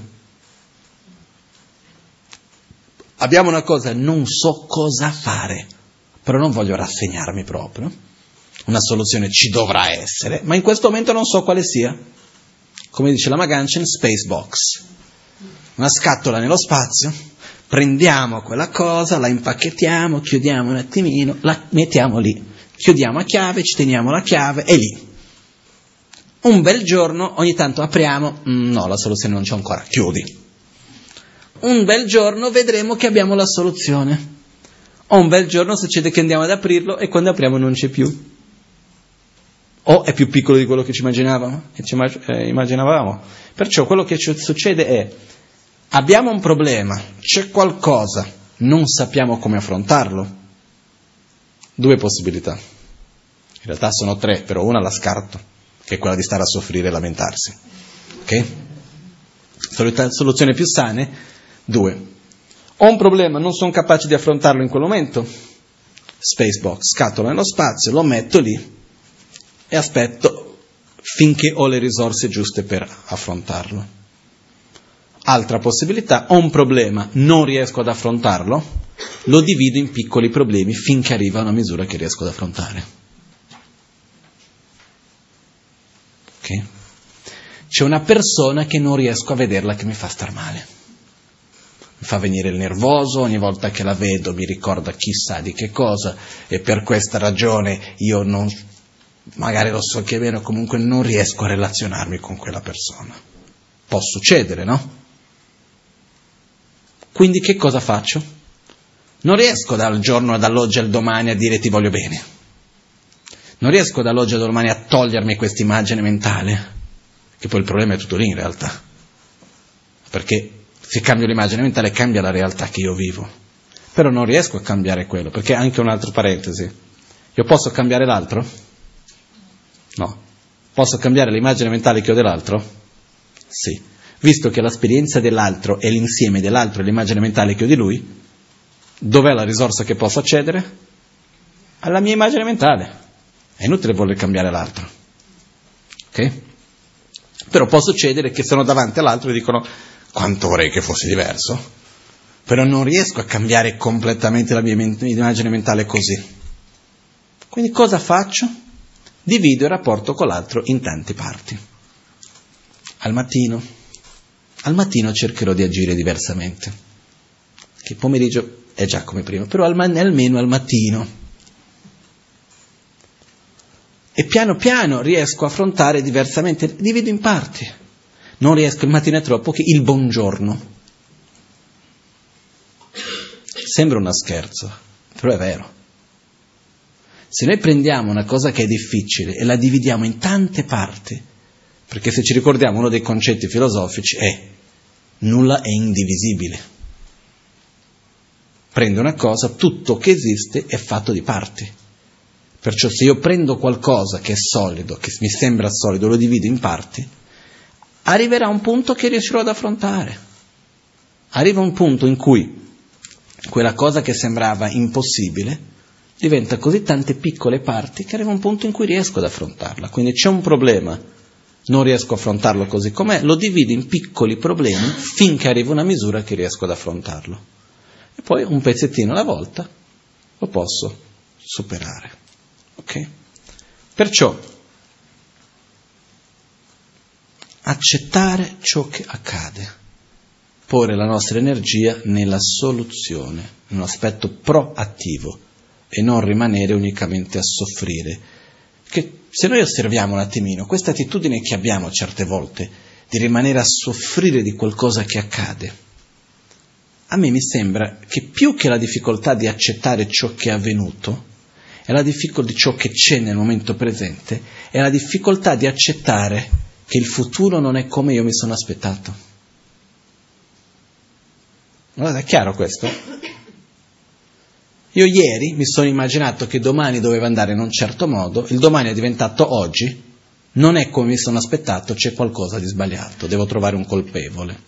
Abbiamo una cosa, non so cosa fare, però non voglio rassegnarmi proprio. Una soluzione ci dovrà essere, ma in questo momento non so quale sia. Come dice la Maganchen, space box. Una scatola nello spazio, prendiamo quella cosa, la impacchettiamo, chiudiamo un attimino, la mettiamo lì. Chiudiamo a chiave, ci teniamo la chiave, è lì. Un bel giorno, ogni tanto apriamo, no, la soluzione non c'è ancora, chiudi. Un bel giorno vedremo che abbiamo la soluzione. O un bel giorno succede che andiamo ad aprirlo e quando apriamo non c'è più. O è più piccolo di quello che ci immaginavamo. Perciò quello che ci succede è: abbiamo un problema, c'è qualcosa, non sappiamo come affrontarlo. 2 possibilità. In realtà sono 3, però una la scarto, che è quella di stare a soffrire e lamentarsi. Ok? Soluzioni più sane, 2. Ho un problema, non sono capace di affrontarlo in quel momento. Spacebox, scatola nello spazio, lo metto lì e aspetto finché ho le risorse giuste per affrontarlo. Altra possibilità, ho un problema, non riesco ad affrontarlo, lo divido in piccoli problemi finché arriva a una misura che riesco ad affrontare. Ok? C'è una persona che non riesco a vederla che mi fa star male. Mi fa venire il nervoso, ogni volta che la vedo mi ricorda chissà di che cosa e per questa ragione io non, magari lo so che è vero, comunque non riesco a relazionarmi con quella persona. Può succedere, no? Quindi che cosa faccio? Non riesco dall'oggi al domani a dire ti voglio bene. Non riesco dall'oggi al domani a togliermi questa immagine mentale, che poi il problema è tutto lì in realtà. Perché se cambio l'immagine mentale cambia la realtà che io vivo. Però non riesco a cambiare quello, perché anche un'altra parentesi. Io posso cambiare l'altro? No. Posso cambiare l'immagine mentale che ho dell'altro? Sì. Visto che l'esperienza dell'altro è l'insieme dell'altro e l'immagine mentale che ho di lui, dov'è la risorsa che posso accedere? Alla mia immagine mentale. È inutile voler cambiare l'altro. Ok? Però può succedere che sono davanti all'altro e dicono quanto vorrei che fosse diverso, però non riesco a cambiare completamente la mia immagine mentale così. Quindi cosa faccio? Divido il rapporto con l'altro in tante parti. Al mattino cercherò di agire diversamente, che il pomeriggio è già come prima, però almeno al mattino. E piano piano riesco a affrontare diversamente, divido in parti. Non riesco, il mattino è troppo, che il buongiorno. Sembra uno scherzo, però è vero. Se noi prendiamo una cosa che è difficile e la dividiamo in tante parti, perché se ci ricordiamo uno dei concetti filosofici è nulla è indivisibile. Prendo una cosa, tutto che esiste è fatto di parti. Perciò se io prendo qualcosa che è solido, che mi sembra solido, lo divido in parti, arriverà un punto che riuscirò ad affrontare. Arriva un punto in cui quella cosa che sembrava impossibile diventa così tante piccole parti che arriva un punto in cui riesco ad affrontarla. Quindi c'è un problema, non riesco a affrontarlo così com'è, lo divido in piccoli problemi finché arriva una misura che riesco ad affrontarlo. E poi un pezzettino alla volta lo posso superare. Ok? Perciò accettare ciò che accade, porre la nostra energia nella soluzione, in un aspetto proattivo e non rimanere unicamente a soffrire. Che se noi osserviamo un attimino questa attitudine che abbiamo certe volte di rimanere a soffrire di qualcosa che accade, a me mi sembra che più che la difficoltà di accettare ciò che è avvenuto, è la difficoltà di ciò che c'è nel momento presente, è la difficoltà di accettare che il futuro non è come io mi sono aspettato. Guardate, è chiaro questo? Io ieri mi sono immaginato che domani doveva andare in un certo modo, il domani è diventato oggi, non è come mi sono aspettato, c'è qualcosa di sbagliato, devo trovare un colpevole.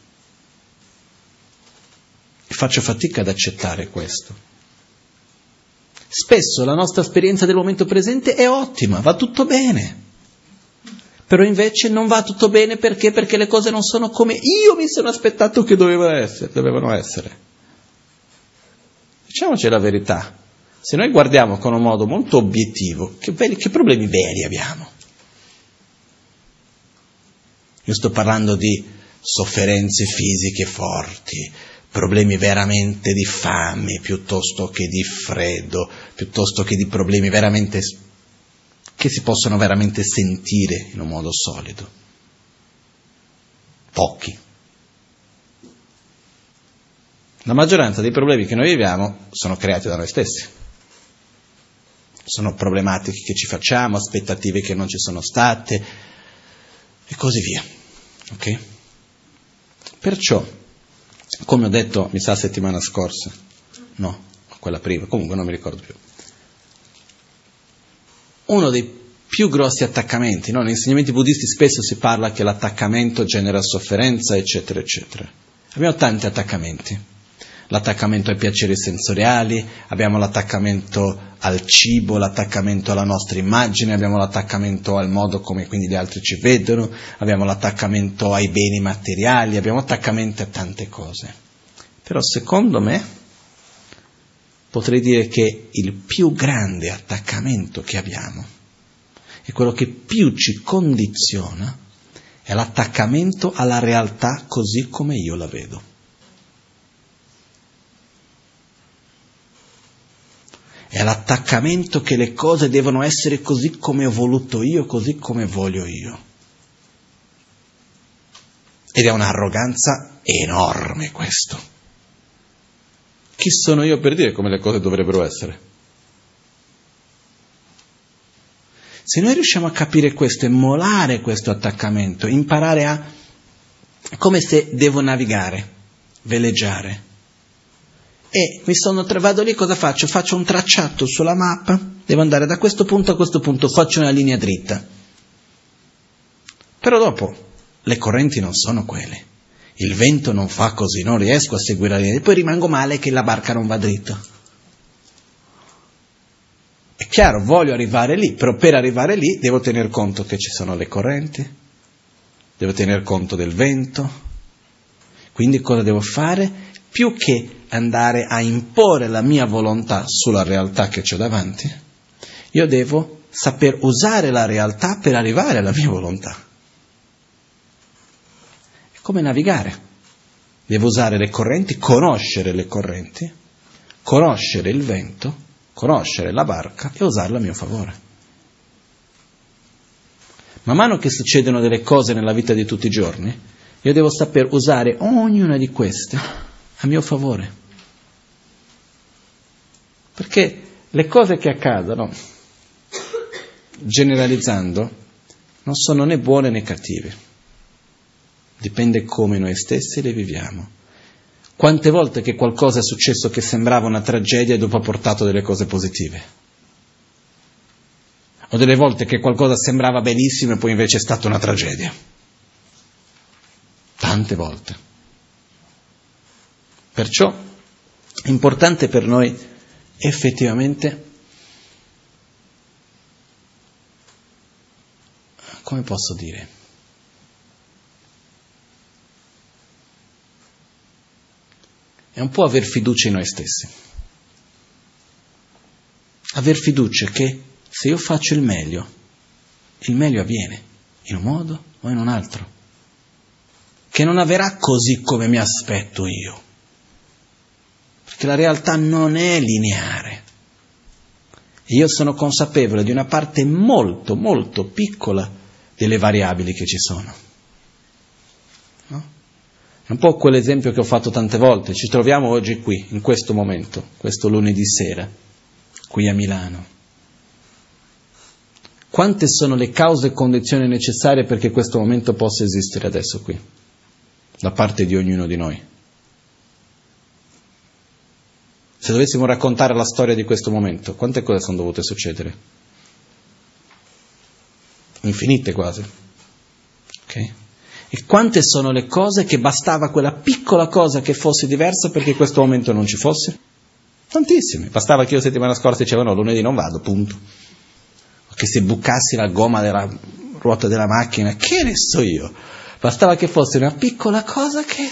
E faccio fatica ad accettare questo. Spesso la nostra esperienza del momento presente è ottima, va tutto bene. Però invece non va tutto bene perché? Perché le cose non sono come io mi sono aspettato che dovevano essere. Diciamoci la verità, se noi guardiamo con un modo molto obiettivo, che problemi veri abbiamo? Io sto parlando di sofferenze fisiche forti, problemi veramente di fame, piuttosto che di freddo, piuttosto che di problemi veramente che si possono veramente sentire in un modo solido. Pochi. La maggioranza dei problemi che noi viviamo sono creati da noi stessi. Sono problematiche che ci facciamo, aspettative che non ci sono state e così via. Ok? Perciò, come ho detto, mi sa settimana scorsa, no, quella prima, comunque non mi ricordo più. Uno dei più grossi attaccamenti, no? Negli insegnamenti buddisti spesso si parla che l'attaccamento genera sofferenza, eccetera, eccetera. Abbiamo tanti attaccamenti. l'attaccamento ai piaceri sensoriali, abbiamo l'attaccamento al cibo, l'attaccamento alla nostra immagine, abbiamo l'attaccamento al modo come quindi gli altri ci vedono, abbiamo l'attaccamento ai beni materiali, abbiamo attaccamento a tante cose. Però secondo me potrei dire che il più grande attaccamento che abbiamo e quello che più ci condiziona è l'attaccamento alla realtà così come io la vedo. È l'attaccamento che le cose devono essere così come ho voluto io, così come voglio io. Ed è un'arroganza enorme questo. Chi sono io per dire come le cose dovrebbero essere? Se noi riusciamo a capire questo e molare questo attaccamento, imparare a, come se devo navigare, veleggiare, e vado lì, cosa faccio? Faccio un tracciato sulla mappa, devo andare da questo punto a questo punto, faccio una linea dritta. Però dopo le correnti non sono quelle, il vento non fa così, non riesco a seguire la linea, e poi rimango male che la barca non va dritta. È chiaro, voglio arrivare lì, però per arrivare lì devo tener conto che ci sono le correnti, devo tener conto del vento, quindi cosa devo fare? Più che andare a imporre la mia volontà sulla realtà che c'ho davanti, io devo saper usare la realtà per arrivare alla mia volontà. È come navigare. Devo usare le correnti, conoscere le correnti, conoscere il vento, conoscere la barca e usarla a mio favore. Man mano che succedono delle cose nella vita di tutti i giorni, io devo saper usare ognuna di queste a mio favore. Perché le cose che accadono, generalizzando, non sono né buone né cattive. Dipende come noi stessi le viviamo. Quante volte che qualcosa è successo che sembrava una tragedia e dopo ha portato delle cose positive? O delle volte che qualcosa sembrava benissimo e poi invece è stata una tragedia? Tante volte. Perciò è importante per noi effettivamente, come posso dire, è un po' aver fiducia in noi stessi. Aver fiducia che se io faccio il meglio avviene, in un modo o in un altro. Che non avverrà così come mi aspetto io. Perché la realtà non è lineare. E io sono consapevole di una parte molto, molto piccola delle variabili che ci sono. No? È un po' quell'esempio che ho fatto tante volte. Ci troviamo oggi qui, in questo momento, questo lunedì sera, qui a Milano. Quante sono le cause e condizioni necessarie perché questo momento possa esistere adesso qui, da parte di ognuno di noi? Se dovessimo raccontare la storia di questo momento, quante cose sono dovute succedere? Infinite quasi. Ok? E quante sono le cose che bastava quella piccola cosa che fosse diversa perché questo momento non ci fosse? Tantissime. Bastava che io settimana scorsa dicevo no, lunedì non vado, punto. O che se bucassi la gomma della ruota della macchina, che ne so io. Bastava che fosse una piccola cosa che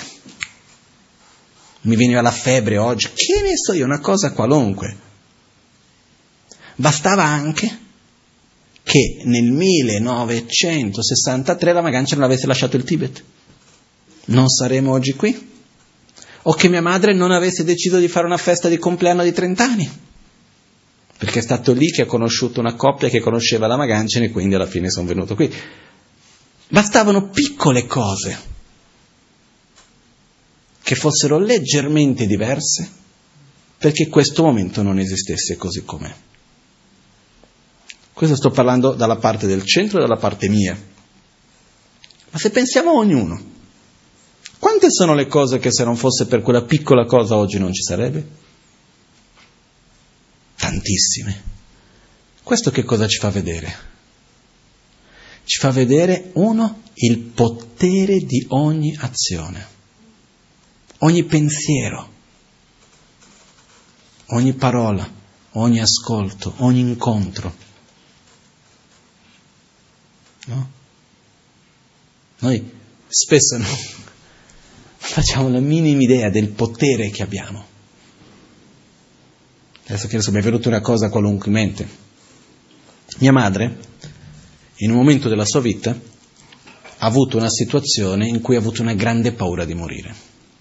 mi veniva la febbre oggi, che ne so io, una cosa qualunque. Bastava anche che nel 1963 la Magancia non avesse lasciato il Tibet. Non saremmo oggi qui. O che mia madre non avesse deciso di fare una festa di compleanno di 30 anni. Perché è stato lì che ha conosciuto una coppia che conosceva la Magancia e quindi alla fine sono venuto qui. Bastavano piccole cose che fossero leggermente diverse perché questo momento non esistesse così com'è. Questo sto parlando dalla parte del centro e dalla parte mia. Ma se pensiamo a ognuno, quante sono le cose che se non fosse per quella piccola cosa oggi non ci sarebbe? Tantissime. Questo che cosa ci fa vedere? Ci fa vedere, uno, il potere di ogni azione. Ogni pensiero, ogni parola, ogni ascolto, ogni incontro. No? Noi spesso non facciamo la minima idea del potere che abbiamo. Adesso che mi è venuta una cosa qualunque in mente. Mia madre, in un momento della sua vita, ha avuto una situazione in cui ha avuto una grande paura di morire.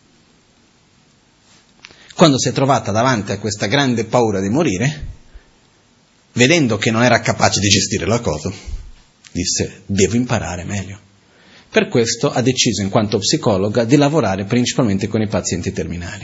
Quando si è trovata davanti a questa grande paura di morire, vedendo che non era capace di gestire la cosa, disse: devo imparare meglio. Per questo ha deciso, in quanto psicologa, di lavorare principalmente con i pazienti terminali.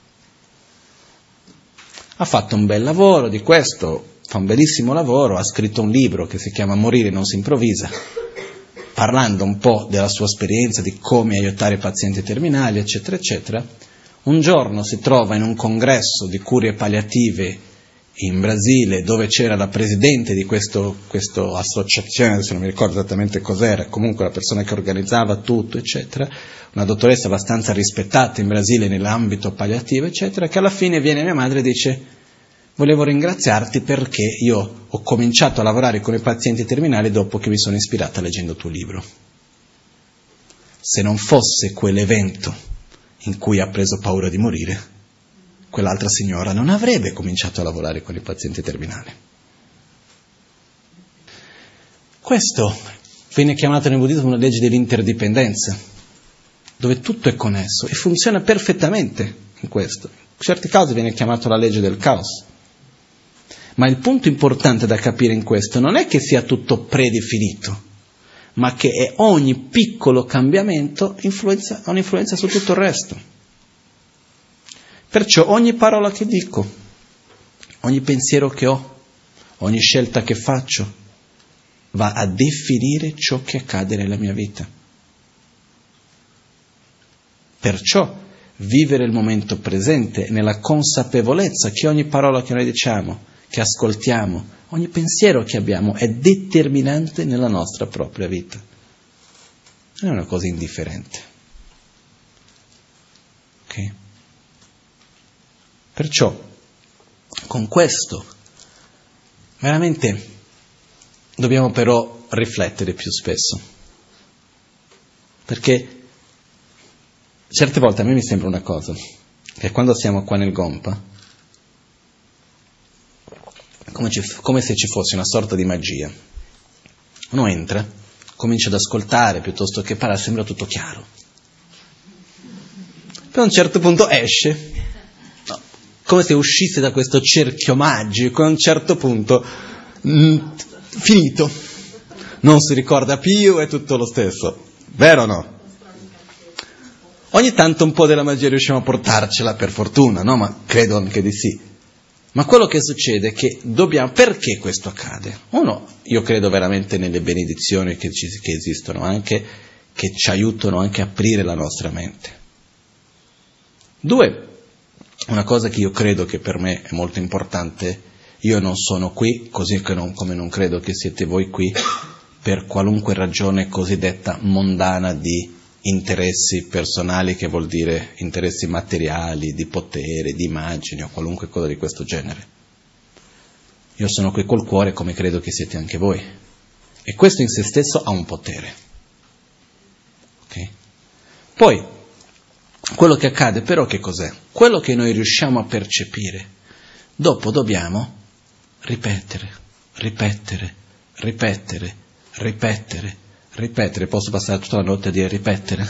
Ha fatto un bel lavoro di questo, fa un bellissimo lavoro, ha scritto un libro che si chiama Morire non si improvvisa, parlando un po' della sua esperienza, di come aiutare i pazienti terminali, eccetera, eccetera. Un giorno si trova in un congresso di curie palliative in Brasile, dove c'era la presidente di questa associazione, adesso non mi ricordo esattamente cos'era, comunque la persona che organizzava tutto, eccetera, una dottoressa abbastanza rispettata in Brasile nell'ambito palliativo, eccetera, che alla fine viene mia madre e dice: volevo ringraziarti perché io ho cominciato a lavorare con i pazienti terminali dopo che mi sono ispirata leggendo il tuo libro. Se non fosse quell'evento in cui ha preso paura di morire, quell'altra signora non avrebbe cominciato a lavorare con i pazienti terminali. Questo viene chiamato nel buddismo una legge dell'interdipendenza, dove tutto è connesso e funziona perfettamente in questo. In certi casi viene chiamato la legge del caos. Ma il punto importante da capire in questo non è che sia tutto predefinito, ma che ogni piccolo cambiamento ha un'influenza su tutto il resto. Perciò ogni parola che dico, ogni pensiero che ho, ogni scelta che faccio, va a definire ciò che accade nella mia vita. Perciò vivere il momento presente nella consapevolezza che ogni parola che noi diciamo, che ascoltiamo, ogni pensiero che abbiamo è determinante nella nostra propria vita. Non è una cosa indifferente. Ok? Perciò, con questo, veramente dobbiamo però riflettere più spesso. Perché certe volte a me mi sembra una cosa, che quando siamo qua nel Gompa, come se ci fosse una sorta di magia. Uno entra, comincia ad ascoltare piuttosto che parlare, sembra tutto chiaro. Poi a un certo punto esce, no, come se uscisse da questo cerchio magico, a un certo punto finito, non si ricorda più, è tutto lo stesso, vero o no? Ogni tanto un po' della magia riusciamo a portarcela, per fortuna, no? Ma credo anche di sì. Ma quello che succede è che perché questo accade? Uno, io credo veramente nelle benedizioni che esistono, anche che ci aiutano anche a aprire la nostra mente. Due, una cosa che io credo che per me è molto importante, io non sono qui, così come non credo che siete voi qui, per qualunque ragione cosiddetta mondana di interessi personali, che vuol dire interessi materiali, di potere, di immagini o qualunque cosa di questo genere. Io sono qui col cuore, come credo che siete anche voi, e questo in se stesso ha un potere. Okay? Poi quello che accade però che cos'è? Quello che noi riusciamo a percepire, dopo dobbiamo ripetere, posso passare tutta la notte a dire ripetere?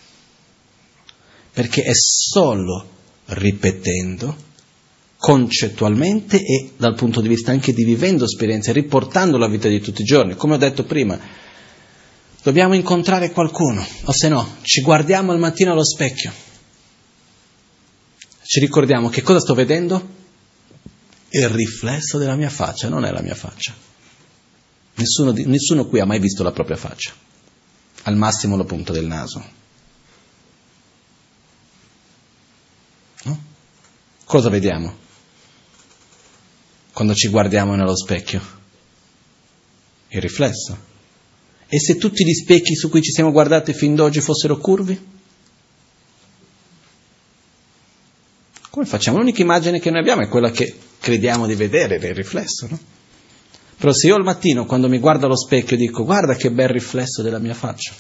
Perché è solo ripetendo, concettualmente e dal punto di vista anche di vivendo esperienze, riportando la vita di tutti i giorni. Come ho detto prima, dobbiamo incontrare qualcuno, o se no, ci guardiamo al mattino allo specchio, ci ricordiamo che cosa sto vedendo? Il riflesso della mia faccia, non è la mia faccia. Nessuno qui ha mai visto la propria faccia, al massimo la punta del naso. No? Cosa vediamo quando ci guardiamo nello specchio? Il riflesso. E se tutti gli specchi su cui ci siamo guardati fin d'oggi fossero curvi? Come facciamo? L'unica immagine che noi abbiamo è quella che crediamo di vedere, del riflesso, no? Però se io al mattino, quando mi guardo allo specchio, dico guarda che bel riflesso della mia faccia.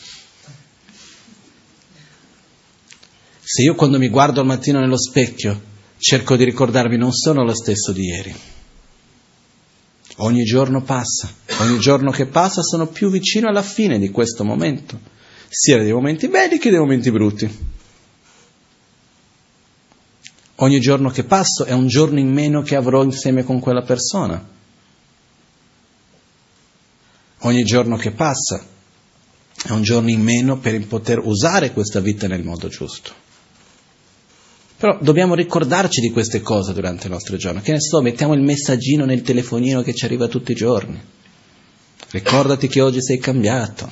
Se io quando mi guardo al mattino nello specchio cerco di ricordarmi non sono lo stesso di ieri. Ogni giorno che passa sono più vicino alla fine di questo momento, sia dei momenti belli che dei momenti brutti. Ogni giorno che passo è un giorno in meno che avrò insieme con quella persona. Ogni giorno che passa è un giorno in meno per poter usare questa vita nel modo giusto. Però dobbiamo ricordarci di queste cose durante il nostro giorno. Che ne so, mettiamo il messaggino nel telefonino che ci arriva tutti i giorni. Ricordati che oggi sei cambiato.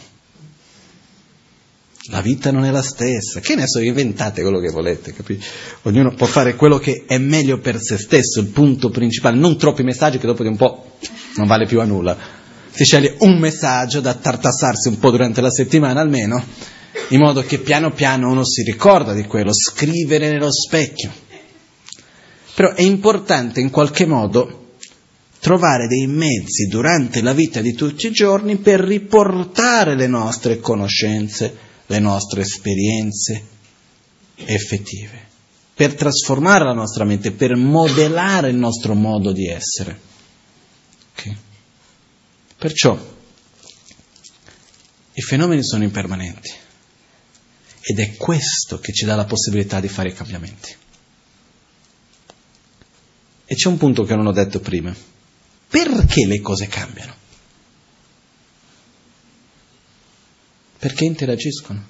La vita non è la stessa. Che ne so, inventate quello che volete, capite? Ognuno può fare quello che è meglio per se stesso, il punto principale. Non troppi messaggi che dopo di un po' non vale più a nulla. Si sceglie un messaggio da tartassarsi un po' durante la settimana almeno, in modo che piano piano uno si ricorda di quello, scrivere nello specchio. Però è importante in qualche modo trovare dei mezzi durante la vita di tutti i giorni per riportare le nostre conoscenze, le nostre esperienze effettive, per trasformare la nostra mente, per modellare il nostro modo di essere. Okay? Perciò i fenomeni sono impermanenti ed è questo che ci dà la possibilità di fare i cambiamenti. E c'è un punto che non ho detto prima. Perché le cose cambiano? Perché interagiscono.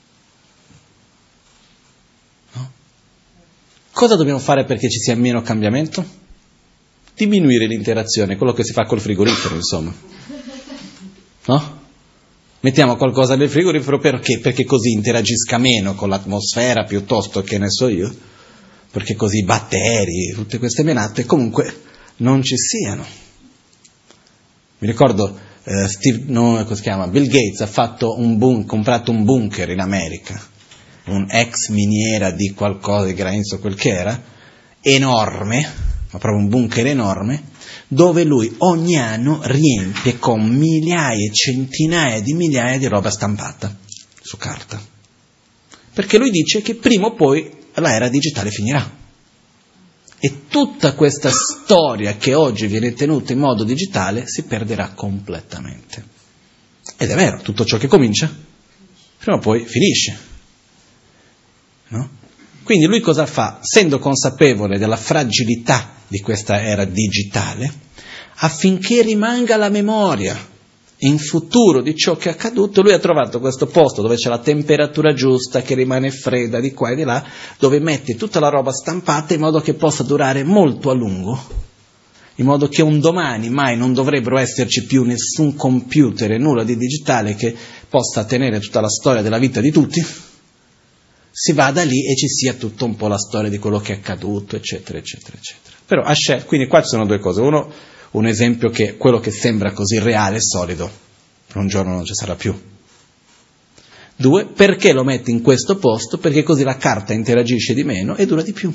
No? Cosa dobbiamo fare perché ci sia meno cambiamento? Diminuire l'interazione, quello che si fa col frigorifero, insomma. No? Mettiamo qualcosa nel frigorifero perché? Perché così interagisca meno con l'atmosfera piuttosto che ne so io, perché così i batteri, tutte queste menate comunque non ci siano. Mi ricordo Bill Gates ha fatto comprato un bunker in America, un ex miniera di qualcosa di granito, quel che era, enorme, ma proprio un bunker enorme, dove lui ogni anno riempie con migliaia e centinaia di migliaia di roba stampata su carta. Perché lui dice che prima o poi l'era digitale finirà. E tutta questa storia che oggi viene tenuta in modo digitale si perderà completamente. Ed è vero, tutto ciò che comincia, prima o poi finisce. No? Quindi lui cosa fa? Essendo consapevole della fragilità di questa era digitale, affinché rimanga la memoria in futuro di ciò che è accaduto, lui ha trovato questo posto dove c'è la temperatura giusta, che rimane fredda di qua e di là, dove mette tutta la roba stampata in modo che possa durare molto a lungo, in modo che un domani mai non dovrebbero esserci più nessun computer e nulla di digitale che possa tenere tutta la storia della vita di tutti, si vada lì e ci sia tutto un po' la storia di quello che è accaduto, eccetera, eccetera, eccetera. Però quindi qua ci sono due cose. Uno, un esempio che quello che sembra così reale e solido, un giorno non ci sarà più. Due, perché lo metti in questo posto? Perché così la carta interagisce di meno e dura di più.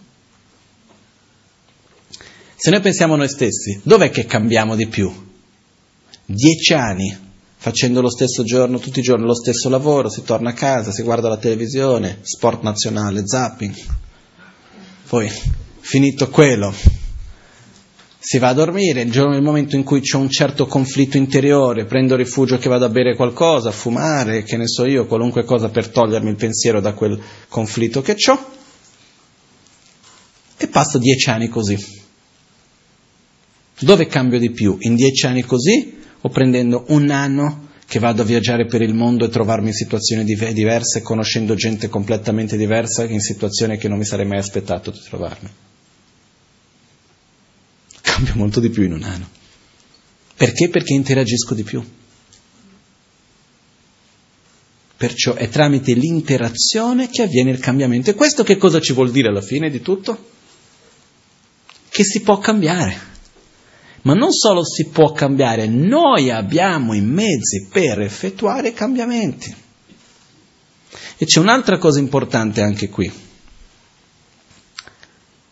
Se noi pensiamo a noi stessi, dov'è che cambiamo di più? 10 anni facendo lo stesso giorno, tutti i giorni lo stesso lavoro, si torna a casa, si guarda la televisione, sport nazionale, zapping, poi finito quello si va a dormire, il giorno nel momento in cui c'è un certo conflitto interiore, prendo rifugio che vado a bere qualcosa, a fumare, che ne so io, qualunque cosa per togliermi il pensiero da quel conflitto che c'ho, e passo 10 anni così. Dove cambio di più? In 10 anni così o prendendo un anno che vado a viaggiare per il mondo e trovarmi in situazioni diverse, conoscendo gente completamente diversa, in situazioni che non mi sarei mai aspettato di trovarmi? Cambio molto di più in un anno. Perché? Perché interagisco di più. Perciò è tramite l'interazione che avviene il cambiamento. E questo che cosa ci vuol dire alla fine di tutto? Che si può cambiare. Ma non solo si può cambiare, noi abbiamo i mezzi per effettuare cambiamenti. E c'è un'altra cosa importante anche qui.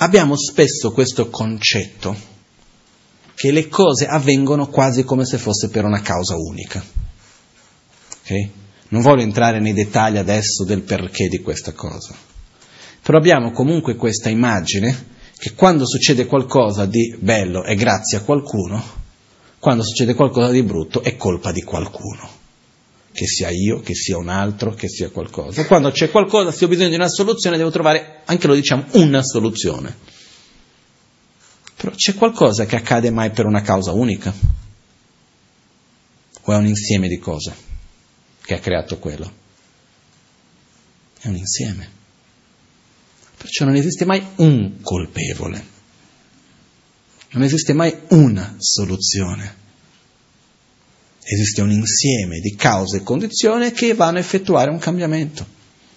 abbiamo spesso questo concetto che le cose avvengono quasi come se fosse per una causa unica. Okay? Non voglio entrare nei dettagli adesso del perché di questa cosa, però abbiamo comunque questa immagine che quando succede qualcosa di bello è grazie a qualcuno, quando succede qualcosa di brutto è colpa di qualcuno, che sia io, che sia un altro, che sia qualcosa. E quando c'è qualcosa, se ho bisogno di una soluzione, devo trovare, anche lo diciamo, una soluzione. Però c'è qualcosa che accade mai per una causa unica? O è un insieme di cose che ha creato quello? È un insieme. Perciò non esiste mai un colpevole, non esiste mai una soluzione, esiste un insieme di cause e condizioni che vanno a effettuare un cambiamento.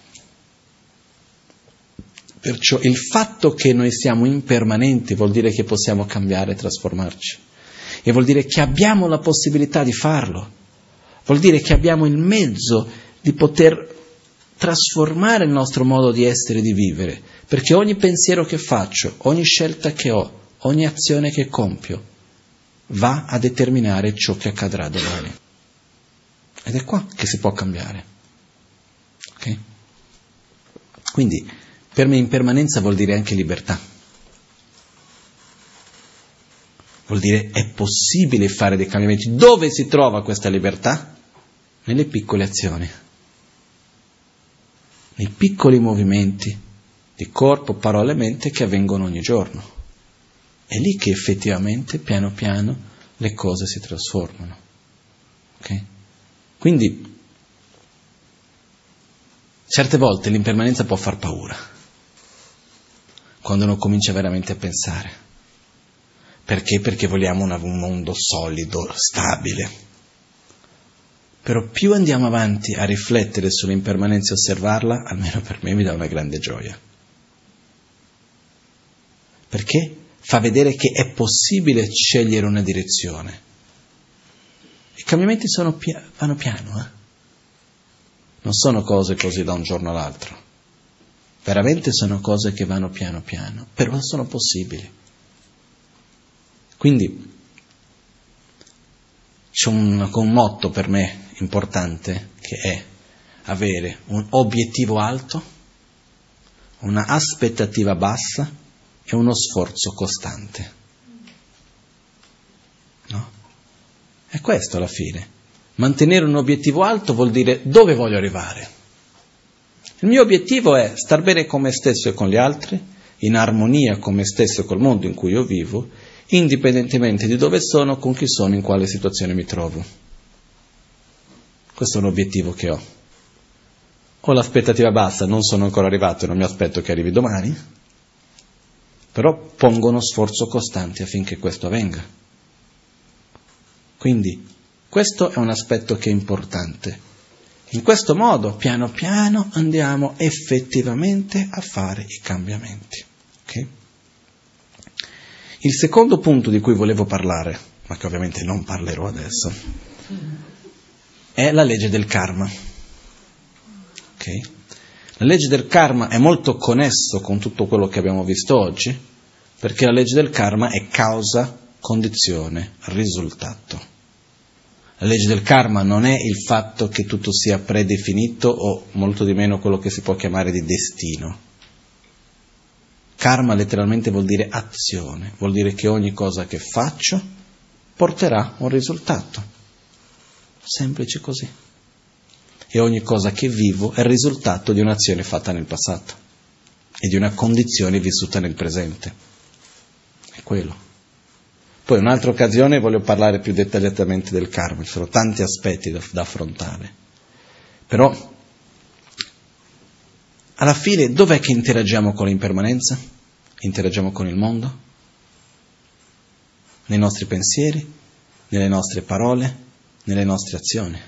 Perciò il fatto che noi siamo impermanenti vuol dire che possiamo cambiare e trasformarci, e vuol dire che abbiamo la possibilità di farlo, vuol dire che abbiamo il mezzo di poter trasformare il nostro modo di essere e di vivere, perché ogni pensiero che faccio, ogni scelta che ho, ogni azione che compio va a determinare ciò che accadrà domani. Ed è qua che si può cambiare. Okay? Quindi per me impermanenza vuol dire anche libertà. Vuol dire è possibile fare dei cambiamenti. Dove si trova questa libertà? Nelle piccole azioni, nei piccoli movimenti di corpo, parole e mente che avvengono ogni giorno. È lì che effettivamente, piano piano, le cose si trasformano. Okay? Quindi, certe volte l'impermanenza può far paura, quando uno comincia veramente a pensare. Perché? Perché vogliamo un mondo solido, stabile. Però più andiamo avanti a riflettere sull'impermanenza e osservarla, almeno per me mi dà una grande gioia. Perché fa vedere che è possibile scegliere una direzione. I cambiamenti vanno piano, non sono cose così da un giorno all'altro. Veramente sono cose che vanno piano piano, però sono possibili. Quindi c'è un motto per me importante, che è avere un obiettivo alto, una aspettativa bassa e uno sforzo costante. No? È questo alla fine. Mantenere un obiettivo alto vuol dire dove voglio arrivare. Il mio obiettivo è star bene con me stesso e con gli altri, in armonia con me stesso e col mondo in cui io vivo, indipendentemente di dove sono, con chi sono, in quale situazione mi trovo. Questo è un obiettivo che ho. Ho l'aspettativa bassa, non sono ancora arrivato e non mi aspetto che arrivi domani, però pongo uno sforzo costante affinché questo avvenga. Quindi questo è un aspetto che è importante. In questo modo, piano piano, andiamo effettivamente a fare i cambiamenti. Okay? Il secondo punto di cui volevo parlare, ma che ovviamente non parlerò adesso, è la legge del karma. Okay? La legge del karma è molto connesso con tutto quello che abbiamo visto oggi, perché la legge del karma è causa, condizione, risultato. La legge del karma non è il fatto che tutto sia predefinito o molto di meno quello che si può chiamare di destino. Karma letteralmente vuol dire azione, vuol dire che ogni cosa che faccio porterà un risultato. Semplice così. E ogni cosa che vivo è il risultato di un'azione fatta nel passato e di una condizione vissuta nel presente. È quello. Poi in un'altra occasione voglio parlare più dettagliatamente del karma, ci sono tanti aspetti da affrontare. Però, alla fine, dov'è che interagiamo con l'impermanenza? Interagiamo con il mondo? Nei nostri pensieri? Nelle nostre parole? Nelle nostre azioni?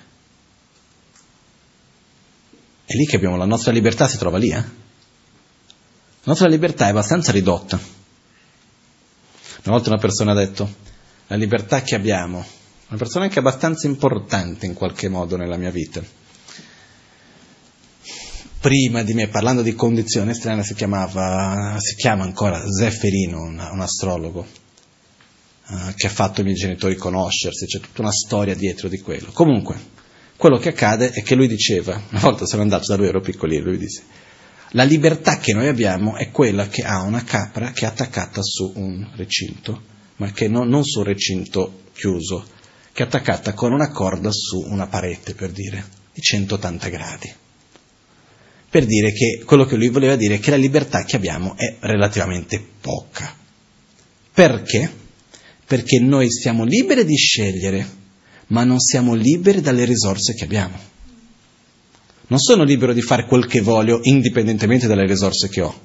È lì che abbiamo la nostra libertà, si trova lì, La nostra libertà è abbastanza ridotta. Una volta una persona ha detto, la libertà che abbiamo, una persona anche abbastanza importante in qualche modo nella mia vita, prima di me, parlando di condizioni estreme, si chiama ancora Zefferino, un astrologo, che ha fatto i miei genitori conoscersi, c'è tutta una storia dietro di quello. Comunque, quello che accade è che lui diceva, una volta sono andato da lui, ero piccolino, lui disse: la libertà che noi abbiamo è quella che ha una capra che è attaccata su un recinto, ma che non su un recinto chiuso, che è attaccata con una corda su una parete, per dire, di 180 gradi. Per dire che quello che lui voleva dire è che la libertà che abbiamo è relativamente poca. Perché? Perché noi siamo liberi di scegliere, ma non siamo liberi dalle risorse che abbiamo. Non sono libero di fare quel che voglio indipendentemente dalle risorse che ho.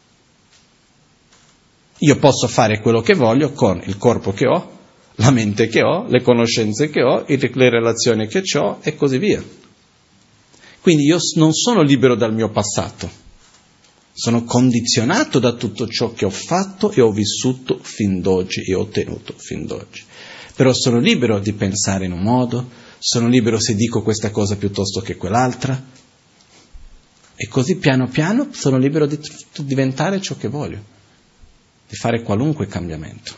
Io posso fare quello che voglio con il corpo che ho, la mente che ho, le conoscenze che ho, le relazioni che ho e così via. Quindi io non sono libero dal mio passato, sono condizionato da tutto ciò che ho fatto e ho vissuto fin d'oggi e ho ottenuto fin d'oggi. Però sono libero di pensare in un modo, sono libero se dico questa cosa piuttosto che quell'altra, e così piano piano sono libero di diventare ciò che voglio, di fare qualunque cambiamento.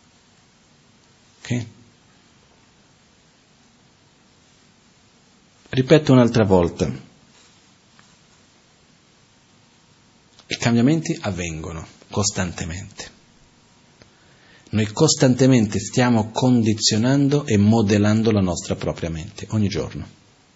Ok? Ripeto un'altra volta, i cambiamenti avvengono costantemente. Noi costantemente stiamo condizionando e modellando la nostra propria mente, ogni giorno.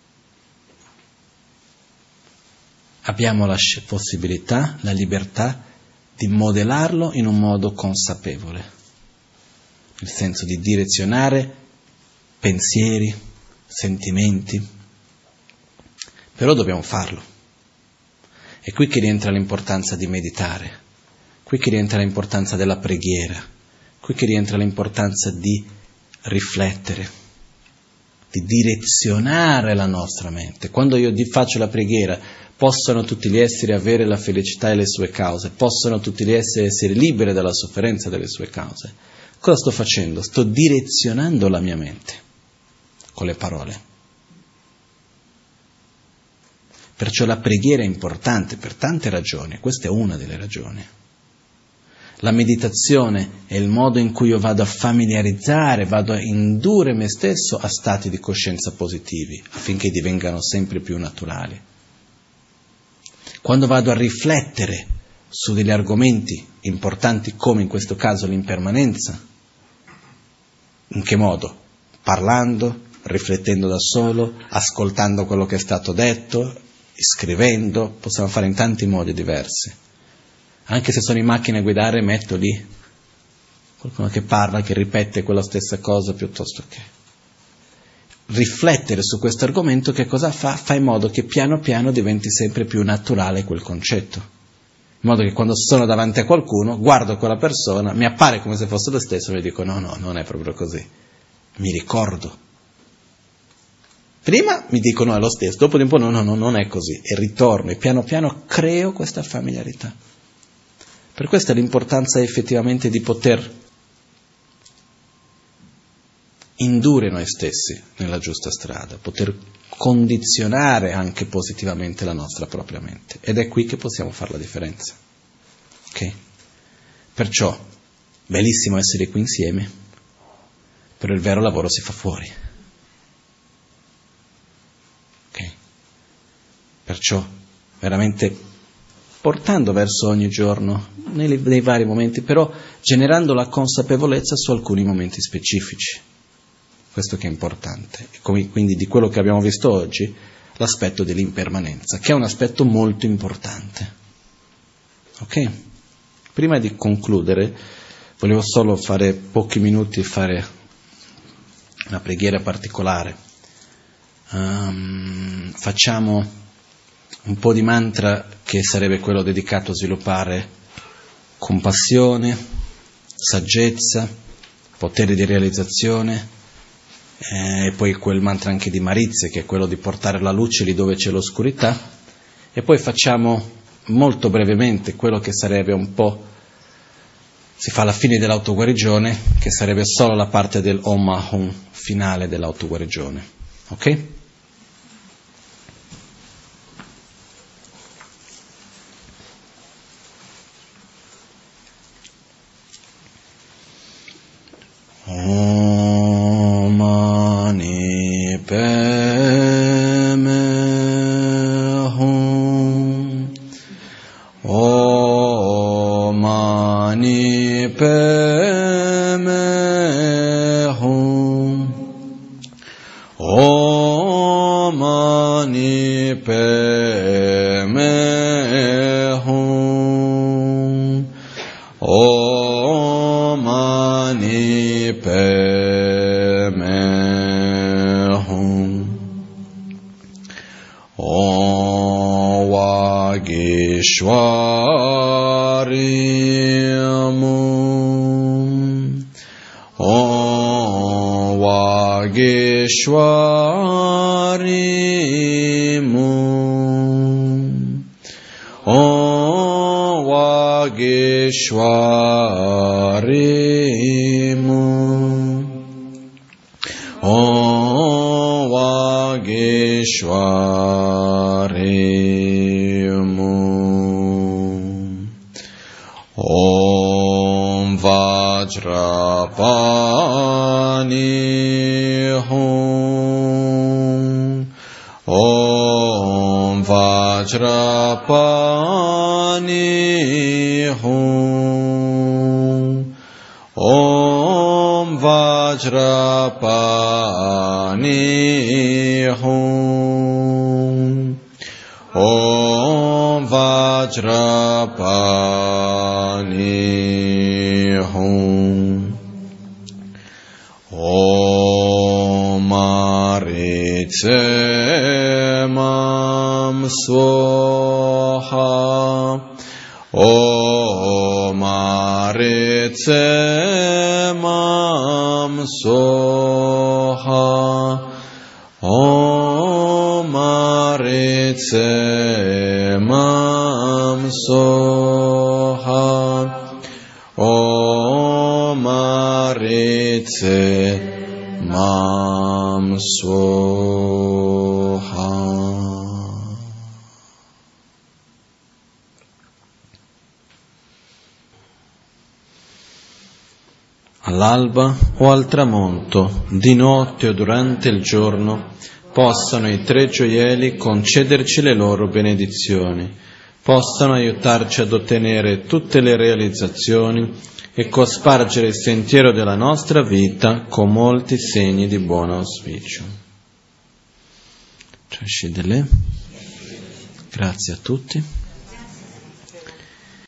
Abbiamo la possibilità, la libertà di modellarlo in un modo consapevole, nel senso di direzionare pensieri, sentimenti, però dobbiamo farlo. È qui che rientra l'importanza di meditare, qui che rientra l'importanza della preghiera, qui che rientra l'importanza di riflettere, di direzionare la nostra mente. Quando io faccio la preghiera, possano tutti gli esseri avere la felicità e le sue cause, possano tutti gli esseri essere liberi dalla sofferenza delle sue cause. Cosa sto facendo? Sto direzionando la mia mente con le parole. Perciò la preghiera è importante per tante ragioni, questa è una delle ragioni. La meditazione è il modo in cui io vado a familiarizzare, vado a indurre me stesso a stati di coscienza positivi, affinché divengano sempre più naturali. Quando vado a riflettere su degli argomenti importanti, come in questo caso l'impermanenza, in che modo? Parlando, riflettendo da solo, ascoltando quello che è stato detto, scrivendo, possiamo fare in tanti modi diversi. Anche se sono in macchina a guidare, metto lì qualcuno che parla, che ripete quella stessa cosa, piuttosto che riflettere su questo argomento. Che cosa fa? Fa in modo che piano piano diventi sempre più naturale quel concetto, in modo che quando sono davanti a qualcuno, guardo quella persona, mi appare come se fosse lo stesso e mi dico no, non è proprio così, mi ricordo. Prima mi dicono è lo stesso, dopo di un po' no, non è così, e ritorno e piano piano creo questa familiarità. Per questo è l'importanza effettivamente di poter indurre noi stessi nella giusta strada, poter condizionare anche positivamente la nostra propria mente, ed è qui che possiamo fare la differenza. Ok? Perciò, bellissimo essere qui insieme, però il vero lavoro si fa fuori. Perciò, veramente portando verso ogni giorno, nei vari momenti, però generando la consapevolezza su alcuni momenti specifici. Questo che è importante. E quindi di quello che abbiamo visto oggi, l'aspetto dell'impermanenza, che è un aspetto molto importante. Ok? Prima di concludere, volevo solo fare pochi minuti e fare una preghiera particolare. Facciamo un po' di mantra, che sarebbe quello dedicato a sviluppare compassione, saggezza, potere di realizzazione, e poi quel mantra anche di Marizia, che è quello di portare la luce lì dove c'è l'oscurità, e poi facciamo molto brevemente quello che sarebbe un po', si fa alla fine dell'autoguarigione, che sarebbe solo la parte del Om Ahum finale dell'autoguarigione. Ok? Pemehum Omani Pemehum Omani Pemehum Omani Pemehum Vageshwarimum Vageshwarimum Vageshwarimum Vageshwarimum Om Vajrapanihum Om Vajrapanihum Om Vajrapanihum Om Vajrapanihum Om Aricemam Swaha Om Aricemam Swaha Om Aricemam Swaha Om Aricemam Swaha. All'alba o al tramonto, di notte o durante il giorno, possano i tre gioielli concederci le loro benedizioni, possano aiutarci ad ottenere tutte le realizzazioni e cospargere il sentiero della nostra vita con molti segni di buon auspicio. Grazie a tutti.